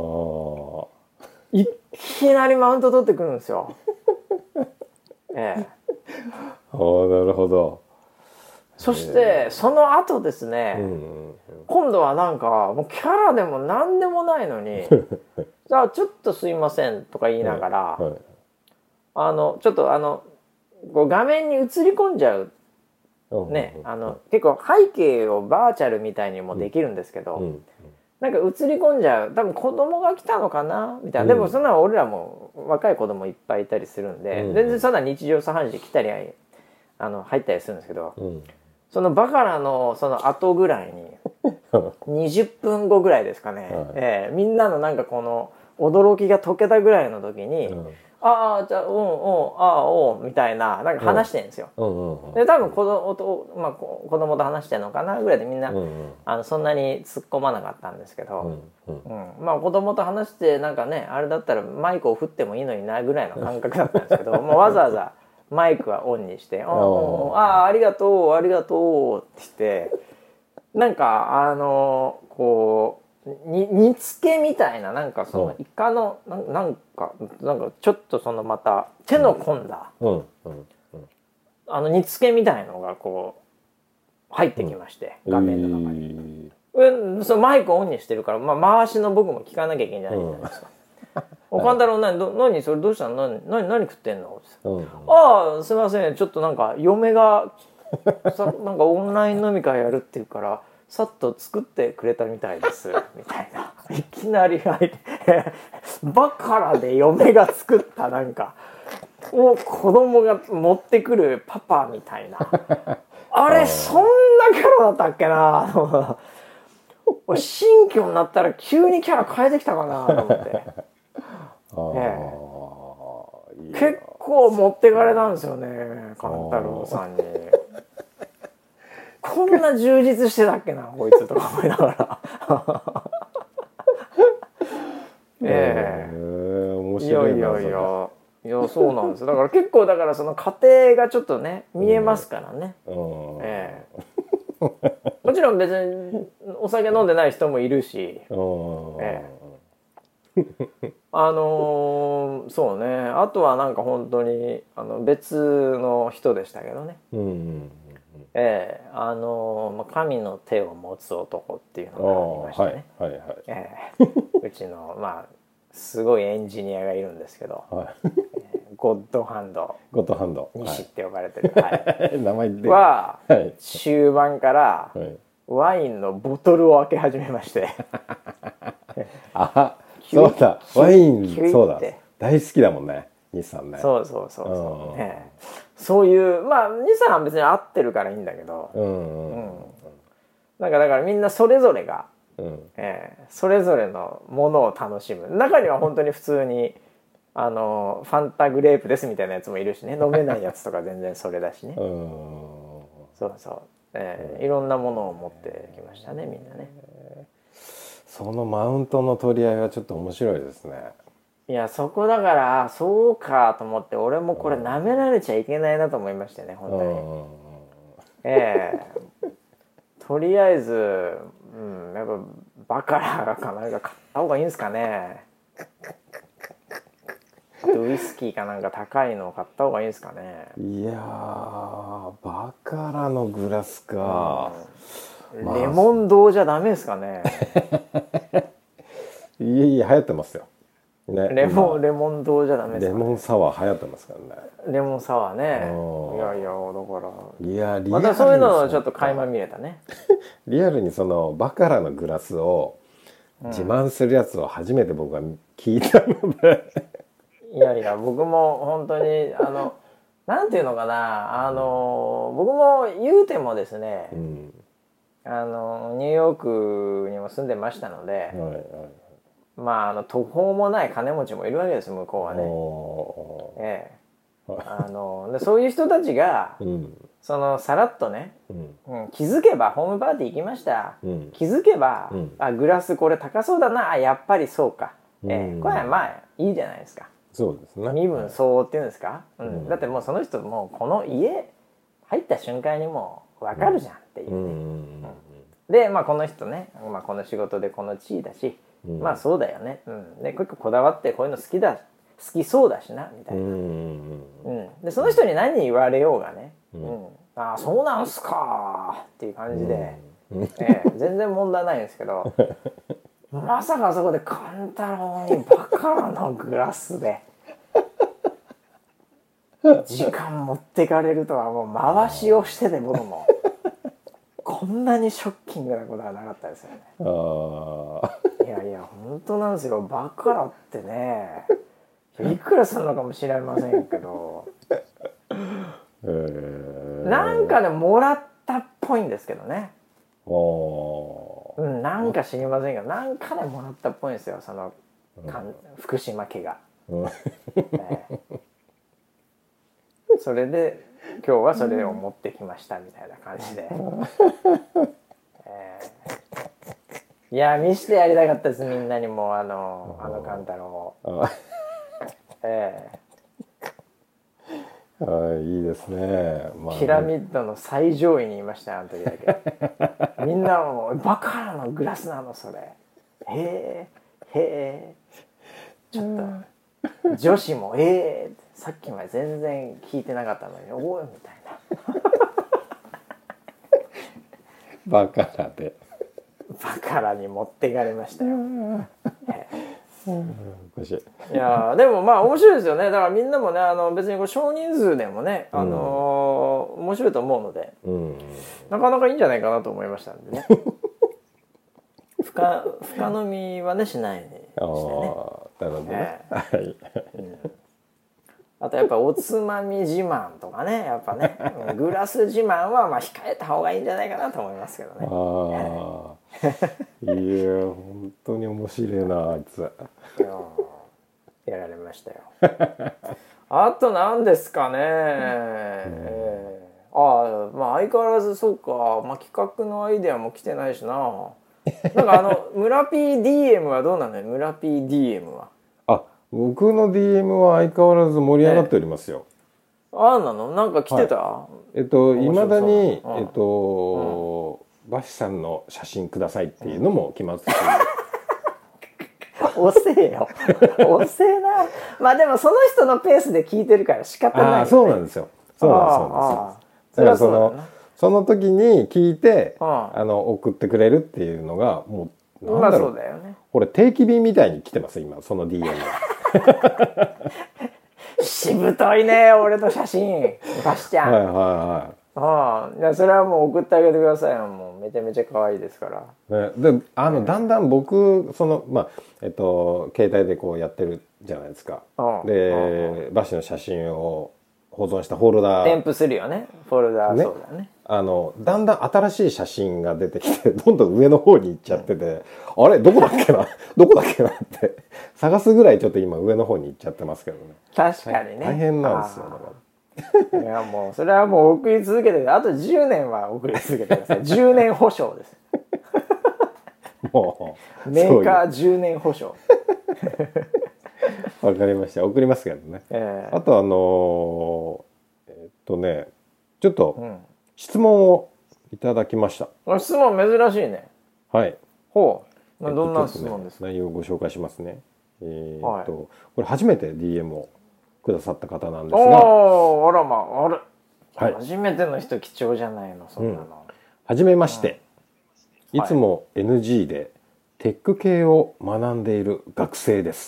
いきなりマウント取ってくるんですよ。ええ、 ああなるほど。 そしてその後ですね、うんうんうん、今度はなんかもうキャラでも何でもないのにじゃあちょっとすいませんとか言いながら、はいはい、あのちょっとあのこう画面に映り込んじゃう、ね、あの結構背景をバーチャルみたいにもできるんですけど、うんうん、なんか映り込んじゃう、多分子供が来たのかなみたいな、でもそんな俺らも若い子供いっぱいいたりするんで、うん、全然そんな日常茶飯事来たりあの入ったりするんですけど、うん、そのバカラのその後ぐらいににじゅっぷんごぐらいですかね、はい、えー、みんなのなんかこの驚きが解けたぐらいの時に、うん、ああじゃあうんうんああおうみたいななんか話してるんですよ。うんうんうん、で多分子供と、まあ、子供と話してるのかなぐらいでみんな、うんうん、あのそんなに突っ込まなかったんですけど、うんうんうん、まあ子供と話してなんかねあれだったらマイクを振ってもいいのになぐらいの感覚だったんですけどもうわざわざマイクはオンにして「ああありがとうありがとう」って言ってなんかあのこうに煮つけみたいななんかそのイカのななんかなんかちょっとそのまた手の込んだ、うんうんうん、あの煮つけみたいのがこう入ってきまして、うん、画面の中に、えー、そのマイクオンにしてるから、まあ、回しの僕も聞かなきゃいけないじゃないですか。おかんだろう何ど何それどうしたの何何何食ってんの、うん、ああすいませんちょっとなんか嫁がさなんかオンライン飲み会やるっていうからさっと作ってくれたみたいですみたいな、いきなり入ってバカラで嫁が作ったなんかもう子供が持ってくるパパみたいなあれそんなキャラだったっけな新居になったら急にキャラ変えてきたかなと思ってええ、結構持ってかれたんですよね勘太郎さんに。こんな充実してたっけなこいつとか思いながらええー、面白いな。いやいやいやいやそうなんです。だから結構だからその過程がちょっとね見えますからね、うん、ええー、もちろん別にお酒飲んでない人もいるし、ええあのー、そうねあとはなんか本当にあの別の人でしたけどね、うんうんうんええあのーまあ、神の手を持つ男っていうのがありましてね、はいはいはいええ、うちのまあすごいエンジニアがいるんですけど、はいえー、ゴッドハンドゴッドハンド西って呼ばれてる、はいはい、 名前では、はい、中盤からワインのボトルを開け始めましてあそうだワインそうだ大好きだもんね西さんね。そうそうそうそう、ね、 そういうまあ西さんは別に合ってるからいいんだけど、うんうんうん、なんかだからみんなそれぞれが、うんえー、それぞれのものを楽しむ。中には本当に普通にあのファンタグレープですみたいなやつもいるしね、飲めないやつとか全然それだしね、うん、そうそう、えー、いろんなものを持ってきましたねみんなね。 そのマウントの取り合いはちょっと面白いですね。 いやそこだからあそうかと思って俺もこれ舐められちゃいけないなと思いましてね本当に。ええとりあえず、うん、やっぱバカラかなんか買った方がいいんですかね。あとウイスキーかなんか高いのを買った方がいいんですかね。 いやーバカラのグラスか、 うんまあ、レモン堂じゃダメですかね。 いえいえ流行ってますよ、ね、 レモンレモン堂じゃダメですかね。 レモンサワー流行ってますからね。 レモンサワーね。いやいやだからいやリアルにまたそういうのをちょっと垣間見れたね。 リアルにそのバカラのグラスを自慢するやつを初めて僕は聞いたので、 うん、いやいや僕も本当にあのなんていうのかなあの僕も言うてもですね、うん、あのニューヨークにも住んでましたので、はいはい、まああの途方もない金持ちもいるわけです向こうはね。ええあのでそういう人たちが、うん、そのさらっとね、うんうん、気づけばホームパーティー行きました、うん、気づけば、うん、あグラスこれ高そうだなあやっぱりそうか、うんえー、これはまあいいじゃないですか。 そうですね。 身分相応っていうんですか、うんうん、だってもうその人もうこの家入った瞬間にもう分かるじゃんっていう、ねうんうんうん、でまあこの人ね、まあ、この仕事でこの地位だし、うん、まあそうだよね、うん、で結構こだわってこういうの好きだ好きそうだしなみたいな、うんうんうん、でその人に何言われようがね、うんうん、ああそうなんすかっていう感じで、うんえー、全然問題ないんですけどまさかあそこで勘太郎にバカラのグラスで時間持ってかれるとはもう回しをしてて僕もこんなにショッキングなことはなかったですよね。あいやいや本当なんですよ。バカラってねいくらするのかもしれませんけど、えー、なんかねもらったっぽいんですけどね。うん、なんか知りませんけどなんかでもらったっぽいんですよその、うん、福島家が、うんえー、それで今日はそれを持ってきましたみたいな感じで、えー、いや見してやりたかったですみんなにもあのあの勘太郎を。ええー、あいいですね、 まあね。ピラミッドの最上位にいましたあの時だけ。みんなもバカラのグラスなのそれ。へえへえ。ちょっと女子もええさっきまで全然聞いてなかったのにおいみたいな。 バカラで。 バカラに持っていかれましたよ。 うん、 いやでもまあ面白いですよね。だからみんなもねあの別にこれ少人数でもね、あのーうん、面白いと思うので、うん、なかなかいいんじゃないかなと思いましたんでね。深深飲みはねしないにしてね。なるほどね。えーはいうん、あとやっぱおつまみ自慢とかねやっぱねグラス自慢はまあ控えた方がいいんじゃないかなと思いますけどね。 あいや本当に面白いなあいつ。 やられましたよ。あと何ですかね、うんえー、ああまあ相変わらずそうか、まあ、企画のアイデアも来てないしな。なんかあの村 P ディーエム はどうなのよ村 P ディーエム は。 あ僕の ディーエム は相変わらず盛り上がっておりますよ。 えー、ああなのなんか来てた、はい、 えっといまだに、うん、えっと、うん、バシさんの写真くださいっていうのも決まってて、 うん、遅えよ遅えな。まあでもその人のペースで聞いてるから仕方ないよね。 あそうなんですよそうなんですよ。だからそのその時に聞いてあの送ってくれるっていうのがもうなんだろう、まあ、そうだよね。これ定期便みたいに来てます今その ディーエム が。 しぶといね俺の写真バシちゃん。はいはいはい。ああいやそれはもう送ってあげてくださいよ。もうめちゃめちゃ可愛いですから、 ね、であの、うん、だんだん僕そのまあえっと携帯でこうやってるじゃないですか、うん、で、うん、バシの写真を保存したフォルダ添付するよねフォルダ、ね、そうだね。 あのだんだん新しい写真が出てきてどんどん上の方に行っちゃってて、うん、あれどこだっけなどこだっけなって探すぐらいちょっと今上の方に行っちゃってますけどね。 確かにね大変なんですよだからいやもうそれはもう送り続けてあとじゅうねんは送り続けてください。じゅうねん保証です。もうメーカーじゅうねん保証。 あわかりました。送りますけどね。 えー、 あとあのー、えーっとねちょっとうん質問をいただきました。 あ質問珍しいね。 はい。 ほう。 えっとどんなちょっとね質問ですか。 内容をご紹介しますね。えーっと、 はいこれ初めて ディーエム をくださった方なんですが、 おーあらまああれ、 はい、 初めての人貴重じゃないのそんなの。 うん、はじめまして、 うんいつも エヌジー でテック系を学んでいる学生です。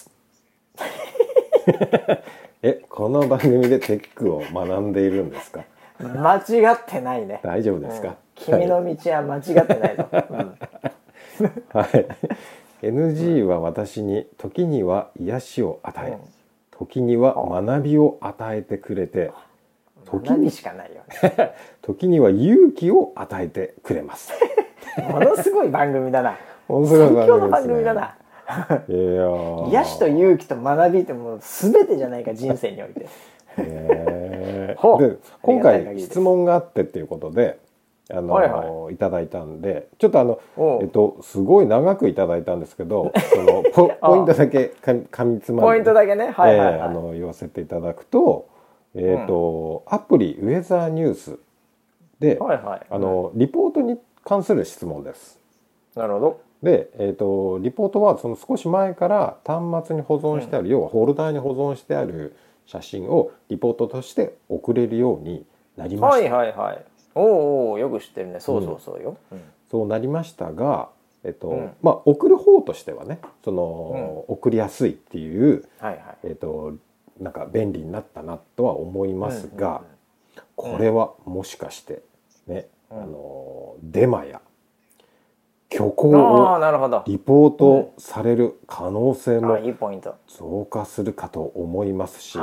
え、この番組でテックを学んでいるんですか？ 間違ってないね。 大丈夫ですか？ うん、君の道は間違ってないぞ。うん、 はい。エヌジー は私に時には癒しを与え、 うん、 時には学びを与えてくれて、時学びにしかないよね。 時には勇気を与えてくれます。 ものすごい番組だな。 ものすごい最強の番番組ですね。 組だな。 いやー癒しと勇気と学びってもう全てじゃないか人生において。 えほうー、で今ありがたい限りです回質問があってっていうことであの、 はいはいいただいたんでちょっとあのおうえっとすごい長くいただいたんですけどそのポポイントだけかかみつまんで、 ポイントだけね。はいはいはい。 えーあの言わせていただくと、えっとアプリウェザーニュースで、 はいはい。 あのリポートに関する質問です。 なるほど。 で、えー、とリポートはその少し前から端末に保存してある、うん、要はホルダーに保存してある写真をリポートとして送れるようになりました。 はいはいはい。おおよく知ってるね。そうそうそうよ。 うん、そうなりましたが、えっと、うん、まあ送る方としてはね、その、うん、送りやすいっていう、はいはい、えっとなんか便利になったなとは思いますが、うんうんうん、これはもしかしてね、うん、あのデマや虚構をリポートされる可能性も増加するかと思いますし、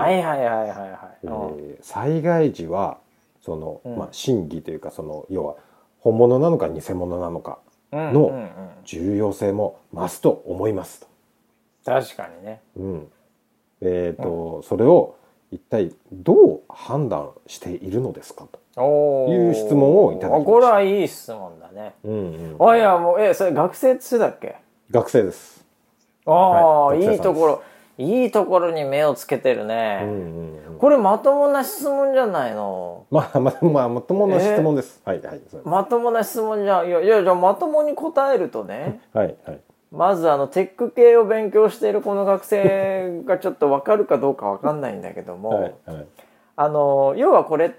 災害時はその、うんまあ、真偽というかその要は本物なのか偽物なのかの重要性も増すと思いますと。 確かにね。 うん、えっと、うん、それを一体どう判断しているのですかという質問をいただきました。 これはいい質問だね。うんうん、あいやもうえそれ学生っつだっけ？ 学生です。 ああ、はい、いいところいいところに目をつけてるね。うんうんうん、これまともな質問じゃないの？ まあまあまあまともな質問です。はいはい。 まともな質問じゃいやいやじゃあまともに答えるとね。はいはい。まずあのテック系を勉強しているこの学生がちょっと分かるかどうか分かんないんだけども、はいはい、あの要はこれって、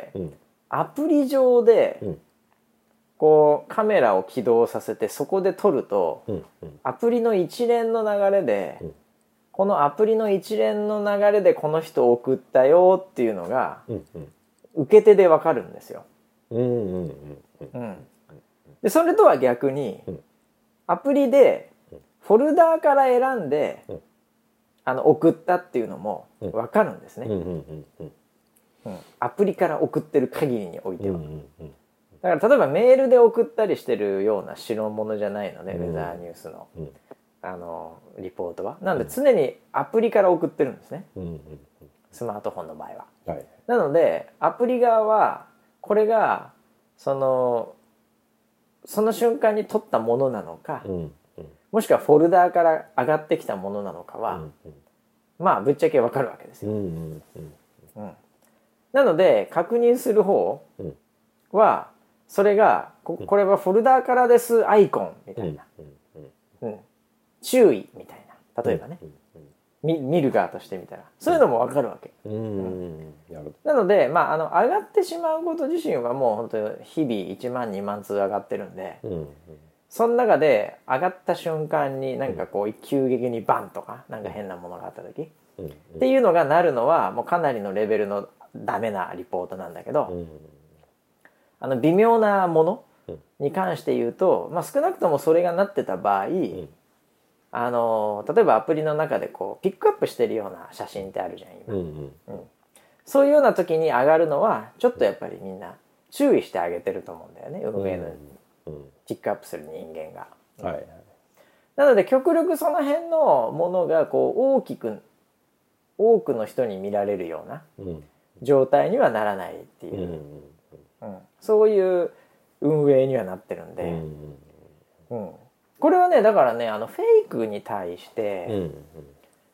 うん、アプリ上で、うん、こうカメラを起動させてそこで撮ると、うんうん、アプリの一連の流れで、うん、このアプリの一連の流れでこの人を送ったよっていうのが、うんうん、受け手で分かるんですよ。でそれとは逆に、うんアプリでフォルダーから選んで、うん、あの送ったっていうのも分かるんですね。アプリから送ってる限りにおいては。だから例えばメールで送ったりしてるような代物じゃないので、うん、ウェザーニュースの、うん、あのリポートは。なので常にアプリから送ってるんですね。スマートフォンの場合は。はい、なのでアプリ側はこれがそのその瞬間に撮ったものなのか、うんうん、もしくはフォルダーから上がってきたものなのかは、うんうん、まあぶっちゃけ分かるわけですよ。うんうんうんうん、なので確認する方はそれが こ, これはフォルダーからですアイコンみたいな、うんうん、注意みたいな例えばね、うんうん見, 見る側としてみたらそういうのも分かるわけ、うんうん、なので、まあ、あの上がってしまうこと自身はもう本当に日々いちまんにまん通上がってるんで、うんうん、その中で上がった瞬間になんかこう急激にバンとかなんか変なものがあった時、うんうん、っていうのがなるのはもうかなりのレベルのダメなリポートなんだけど、うん、あの微妙なものに関して言うと、まあ、少なくともそれがなってた場合、うんあの例えばアプリの中でこうピックアップしてるような写真ってあるじゃん今、うんうんうん、そういうような時に上がるのはちょっとやっぱりみんな注意してあげてると思うんだよね運営のピックアップする人間が、うんはいはい、なので極力その辺のものがこう大きく多くの人に見られるような状態にはならないっていう、うんうんうん、そういう運営にはなってるんで、うんうんこれはねだからねあのフェイクに対して、うんうん、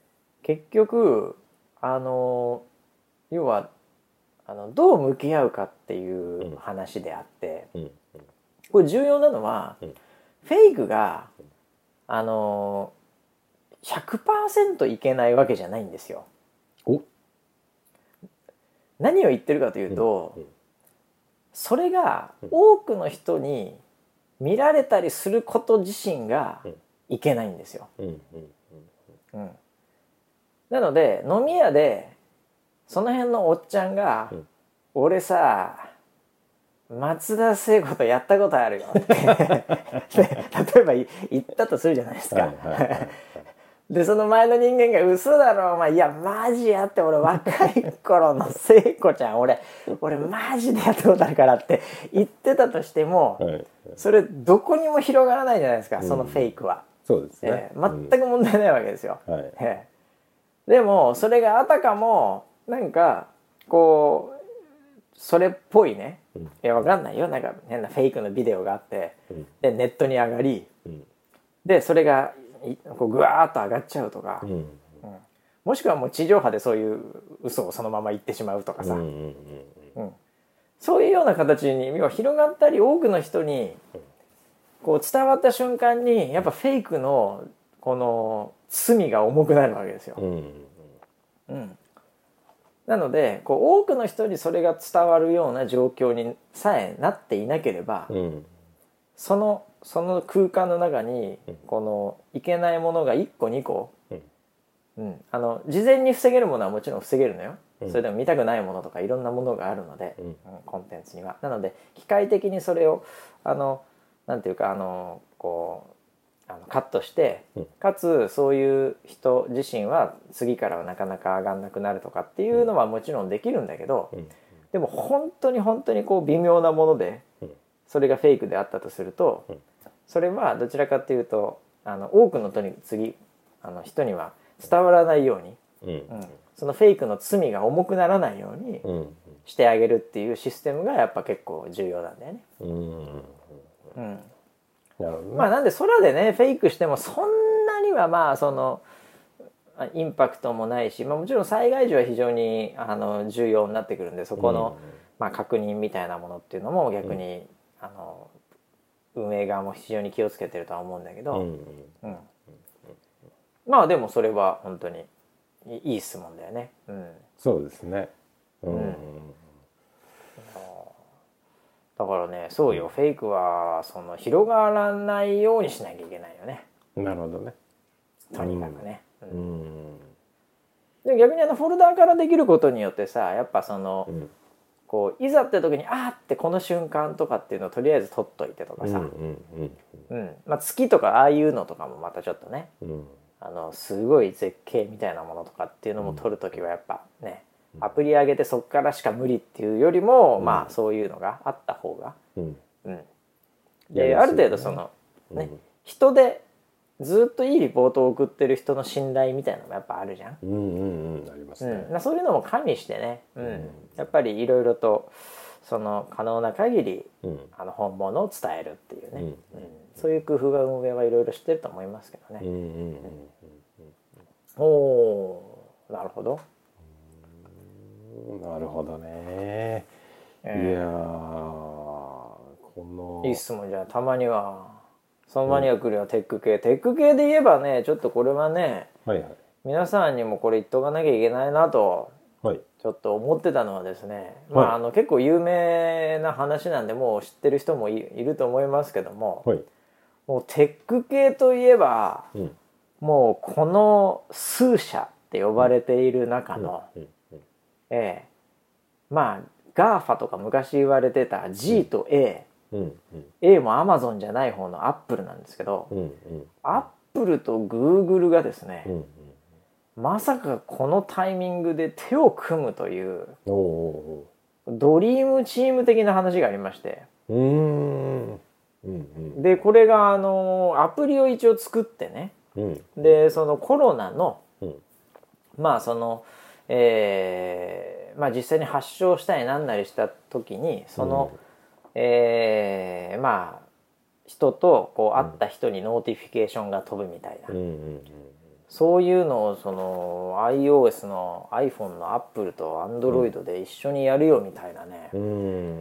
結局あの要はあのどう向き合うかっていう話であって、 うんうん、 これ重要なのは、 うん、 フェイクがあの ひゃくパーセント いけないわけじゃないんですよ。 お何を言ってるかというと、 うんうん、 それが多くの人に見られたりすること自身がいけないんですよ。 うんうんうん、なので飲み屋でその辺のおっちゃんが「うん、俺さ松田聖子とやったことあるよ」って例えば言ったとするじゃないですか。はいはいはいはい、でその前の人間が「嘘だろお前、いやマジやって、俺若い頃の聖子ちゃん俺俺マジでやったことあるから」って言ってたとしても、はいはい、それどこにも広がらないじゃないですか、そのフェイクは。 うん、そうですね、 えー、全く問題ないわけですよ。 うん、はい、 えー、でもそれがあたかもなんかこうそれっぽいね、うん、いやわかんないよ、なんか変なフェイクのビデオがあって、うん、でネットに上がり、うん、でそれがこうグワーッと上がっちゃうとか、うんうん、もしくはもう地上波でそういう嘘をそのまま言ってしまうとかさ、うんうんうんうん、そういうような形に要は広がったり、多くの人にこう伝わった瞬間にやっぱフェイクのこの罪が重くなるわけですよ。うんうん、なのでこう多くの人にそれが伝わるような状況にさえなっていなければ、うん、そのその空間の中にこのいけないものがいっこにこ、うんうん、あの事前に防げるものはもちろん防げるのよ、うん、それでも見たくないものとかいろんなものがあるので、うん、コンテンツには。なので機械的にそれをあのなんていうかあのこうあのカットして、うん、かつそういう人自身は次からはなかなか上がんなくなるとかっていうのはもちろんできるんだけど、うん、でも本当に本当にこう微妙なものでそれがフェイクであったとすると、うん、それはどちらかというとあの多くの人に次あの人には伝わらないように、うんうん、そのフェイクの罪が重くならないようにしてあげるっていうシステムがやっぱ結構重要なんだよね。うんうんなるほどね。まあなんで空でねフェイクしてもそんなにはまあそのインパクトもないし、まあ、もちろん災害時は非常にあの重要になってくるんで、そこの、まあ、確認みたいなものっていうのも逆に、うん、あの運営側も非常に気をつけてるとは思うんだけど、うんうん、まあでもそれは本当にいい質問だよね。うん、 そうですね、うんうん、 だからねそうよ、フェイクはその広がらないようにしなきゃいけないよね。 なるほどね、 とにかくね、うんうん、で逆にあのフォルダーからできることによってさ、やっぱその、うんこういざって時にあーってこの瞬間とかっていうのをとりあえず撮っといてとかさ、うんうんうんうんまあ、月とかああいうのとかもまたちょっとね、うん、あのすごい絶景みたいなものとかっていうのも撮る時はやっぱね、うん、アプリ上げてそっからしか無理っていうよりも、うん、まあそういうのがあった方が、うんうん、である程度その、ねうん、人でずっといいリポートを送ってる人の信頼みたいなのもやっぱあるじゃん。うんうんうんありますね。うん、そういうのも加味してね、うんうん、やっぱりいろいろとその可能な限り、うん、あの本物を伝えるっていうね、うんうん、そういう工夫が運営はいろいろしてると思いますけどね。うんうんうんうん、おーなるほど。 なるほどね。えー、いやこのいい質問じゃん。たまには。そのマニア来るよ、テック系。テック系で言えばね、ちょっとこれはね、はいはい、皆さんにもこれ言っとかなきゃいけないなと、はい、ちょっと思ってたのはですね、はい、まああの結構有名な話なんでもう知ってる人も い, いると思いますけども、はい、もうテック系といえば、うん、もうこの数社って呼ばれている中の、うんうんうん、ええまあ ガーファ とか昔言われてた G と A、うんうん、A も Amazon じゃない方の Apple なんですけど、うんうん、Apple と Google がですね、うんうん、まさかこのタイミングで手を組むというドリームチーム的な話がありまして、うーん、うんうん、でこれがあのアプリを一応作ってね、うん、でそのコロナの、うん、まあそのえー、まあ実際に発症したりなんなりした時にその、うんえー、まあ人とこう会った人にノーティフィケーションが飛ぶみたいな、うんうんうん、 そういうのをその iOS の iPhone の Apple と Android で一緒にやるよみたいなね、 うん、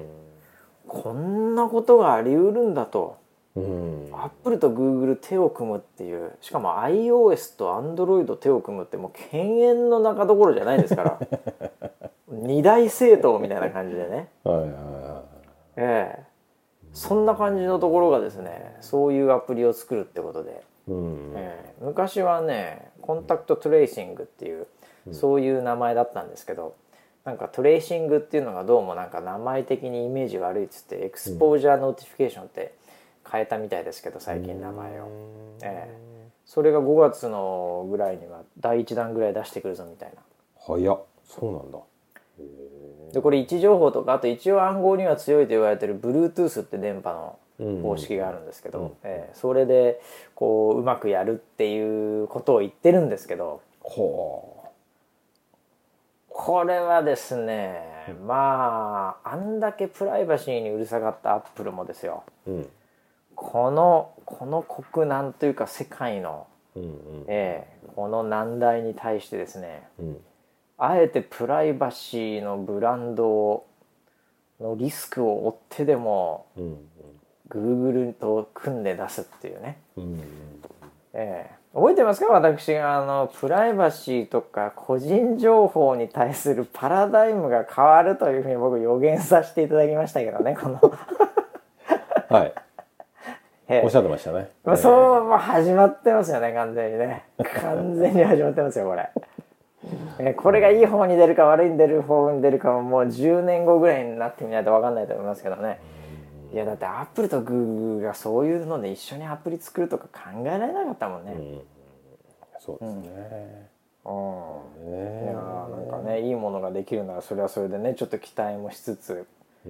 こんなことがあり得るんだと、 うん、 Apple と Google 手を組むっていう、しかも iOS と Android 手を組むってもう犬猿の中どころじゃないですから二大政党みたいな感じでね、 はいはいはい、 ええ、そんな感じのところがですね、そういうアプリを作るってことで、 うんええ、昔はねコンタクトトレーシングっていうそういう名前だったんですけど、なんかトレーシングっていうのがどうもなんか名前的にイメージ悪いっつってエクスポージャーノーティフィケーションって変えたみたいですけど、最近名前を、ええ、それがごがつのぐらいにはだいいちだんぐらい出してくるぞみたいな。 早っ。そうなんだ。 でこれ位置情報とか、あと一応暗号には強いと言われてる Bluetooth って電波の方式があるんですけど、うん、えー、それでこううまくやるっていうことを言ってるんですけど、 ほう、 これはですね、まああんだけプライバシーにうるさかったアップルもですよ、うん、このこの国難というか世界の、うんうん、えー、この難題に対してですね、うん、あえてプライバシーのブランドのリスクを負ってでも、うんうん、Google と組んで出すっていうね、うんうん、えー、覚えてますか、私があのプライバシーとか個人情報に対するパラダイムが変わるというふうに僕予言させていただきましたけどね、このはい、えー、おっしゃってましたね、 まあ、そうもう始まってますよね、完全にね完全に始まってますよこれこれがいい方に出るか悪いに出る方に出るかはもうじゅうねんごぐらいになってみないと分かんないと思いますけどね。いやだってアップルとグーグルがそういうので一緒にアプリ作るとか考えられなかったもんね、うん、 そうですね、 うん、ね、いやなんかねいいものができるならそれはそれでねちょっと期待もしつつ、うん、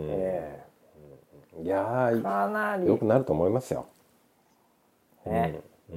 えー、いやーかなり良くなると思いますよね、うん、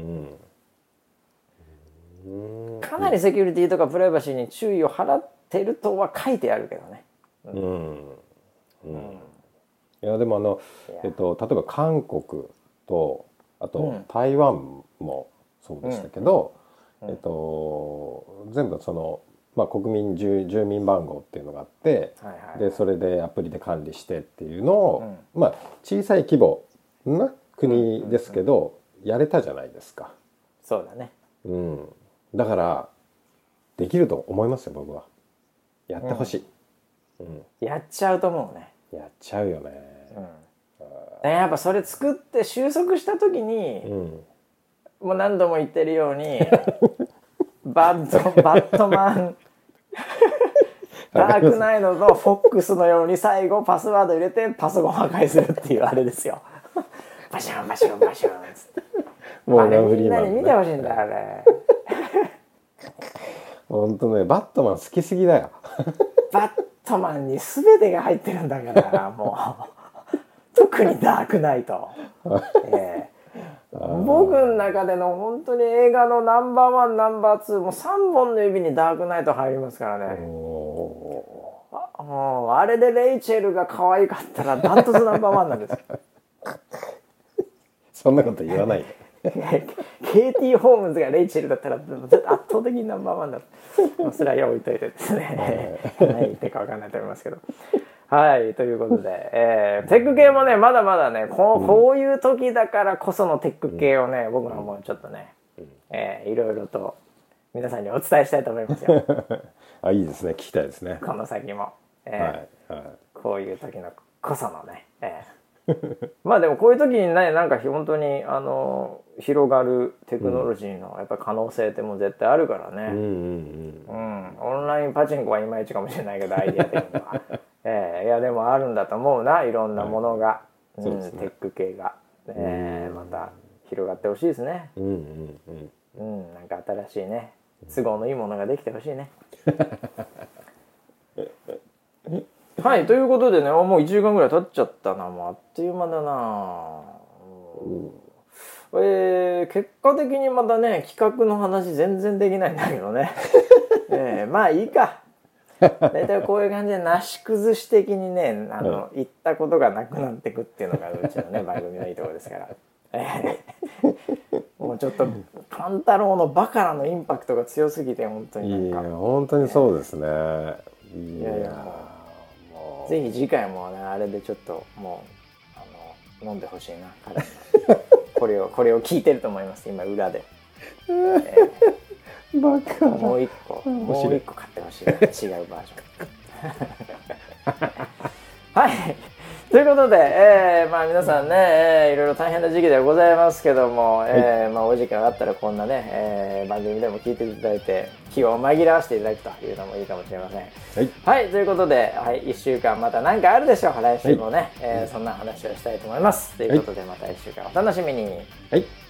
うん、かなりセキュリティとかプライバシーに注意を払ってるとは書いてあるけどね。うん。うんうん、いやでもあの、えっと、例えば韓国とあと台湾もそうでしたけど、うんうん、えっと、全部その、まあ、国民 住, 住民番号っていうのがあって、はいはいはい、でそれでアプリで管理してっていうのを、うん、まあ小さい規模な国ですけど、うんうんうん、やれたじゃないですか。 そうだね。 うん。だからできると思いますよ僕は。やってほしい、 うんうん、やっちゃうと思うね。 やっちゃうよね、 うん、やっぱそれ作って収束した時に、うん、もう何度も言ってるようにバッドバットマンダークナイトとフォックスのように最後パスワード入れてパソコン破壊するっていうあれですよバシャンバシャンバシャンつってもうみんなに見てほしいんだあれ本当ねバットマン好きすぎだよバットマンに全てが入ってるんだからもう特にダークナイト、えー、僕の中での本当に映画のナンバーワンナンバーツーもうさんぼんの指にダークナイト入りますからね。あ, もうあれでレイチェルが可愛かったらダントツナンバーワンなんですそんなこと言わないでケイティ・ホームズがレイチェルだったら圧倒的にナンバーワンだとそれは置いといてですね何言ってるか分かんないと思いますけどはいということで、えー、テック系もねまだまだねこう、こういう時だからこそのテック系をね僕はもうちょっとね、えー、いろいろと皆さんにお伝えしたいと思いますよあいいですね聞きたいですねこの先も、えーはいはい、こういう時のこそのね、えーまあでもこういう時にねなんか本当にあの広がるテクノロジーのやっぱ可能性ってもう絶対あるからね、うんうんうん、オンラインパチンコはいまいちかもしれないけどアイデア的には、えー、いやでもあるんだと思うないろんなものが、はいうんね、テック系が、えー、また広がってほしいですね、うんうんうんうん、なんか新しいね都合のいいものができてほしいねはいということでねもういちじかんぐらい経っちゃったなもうあっという間だな、うんえー、結果的にまたね企画の話全然できないんだけどね、えー、まあいいか大体こういう感じでなし崩し的にねあの、うん、言ったことがなくなってくっていうのがうちのね番組のいいところですから、えー、 もうちょっと勘太郎のバカラのインパクトが強すぎて本当になんかいや本当にそうですね。 いやいやもうぜひ次回もねあれでちょっともうあの飲んでほしいな彼にこれをこれを聞いてると思います今裏で、えー、バカー、もう一個もう一個買ってほしいな違うバージョンはいということで、えーまあ、皆さんね、えー、いろいろ大変な時期ではございますけども、はいえーまあ、お時間があったらこんなね、えー、番組でも聞いていただいて気を紛らわしていただくというのもいいかもしれません。はい、はい、ということで、はい、いっしゅうかんまた何かあるでしょう来週もね、はいえー、そんな話をしたいと思います。ということでまたいっしゅうかんお楽しみに。 はい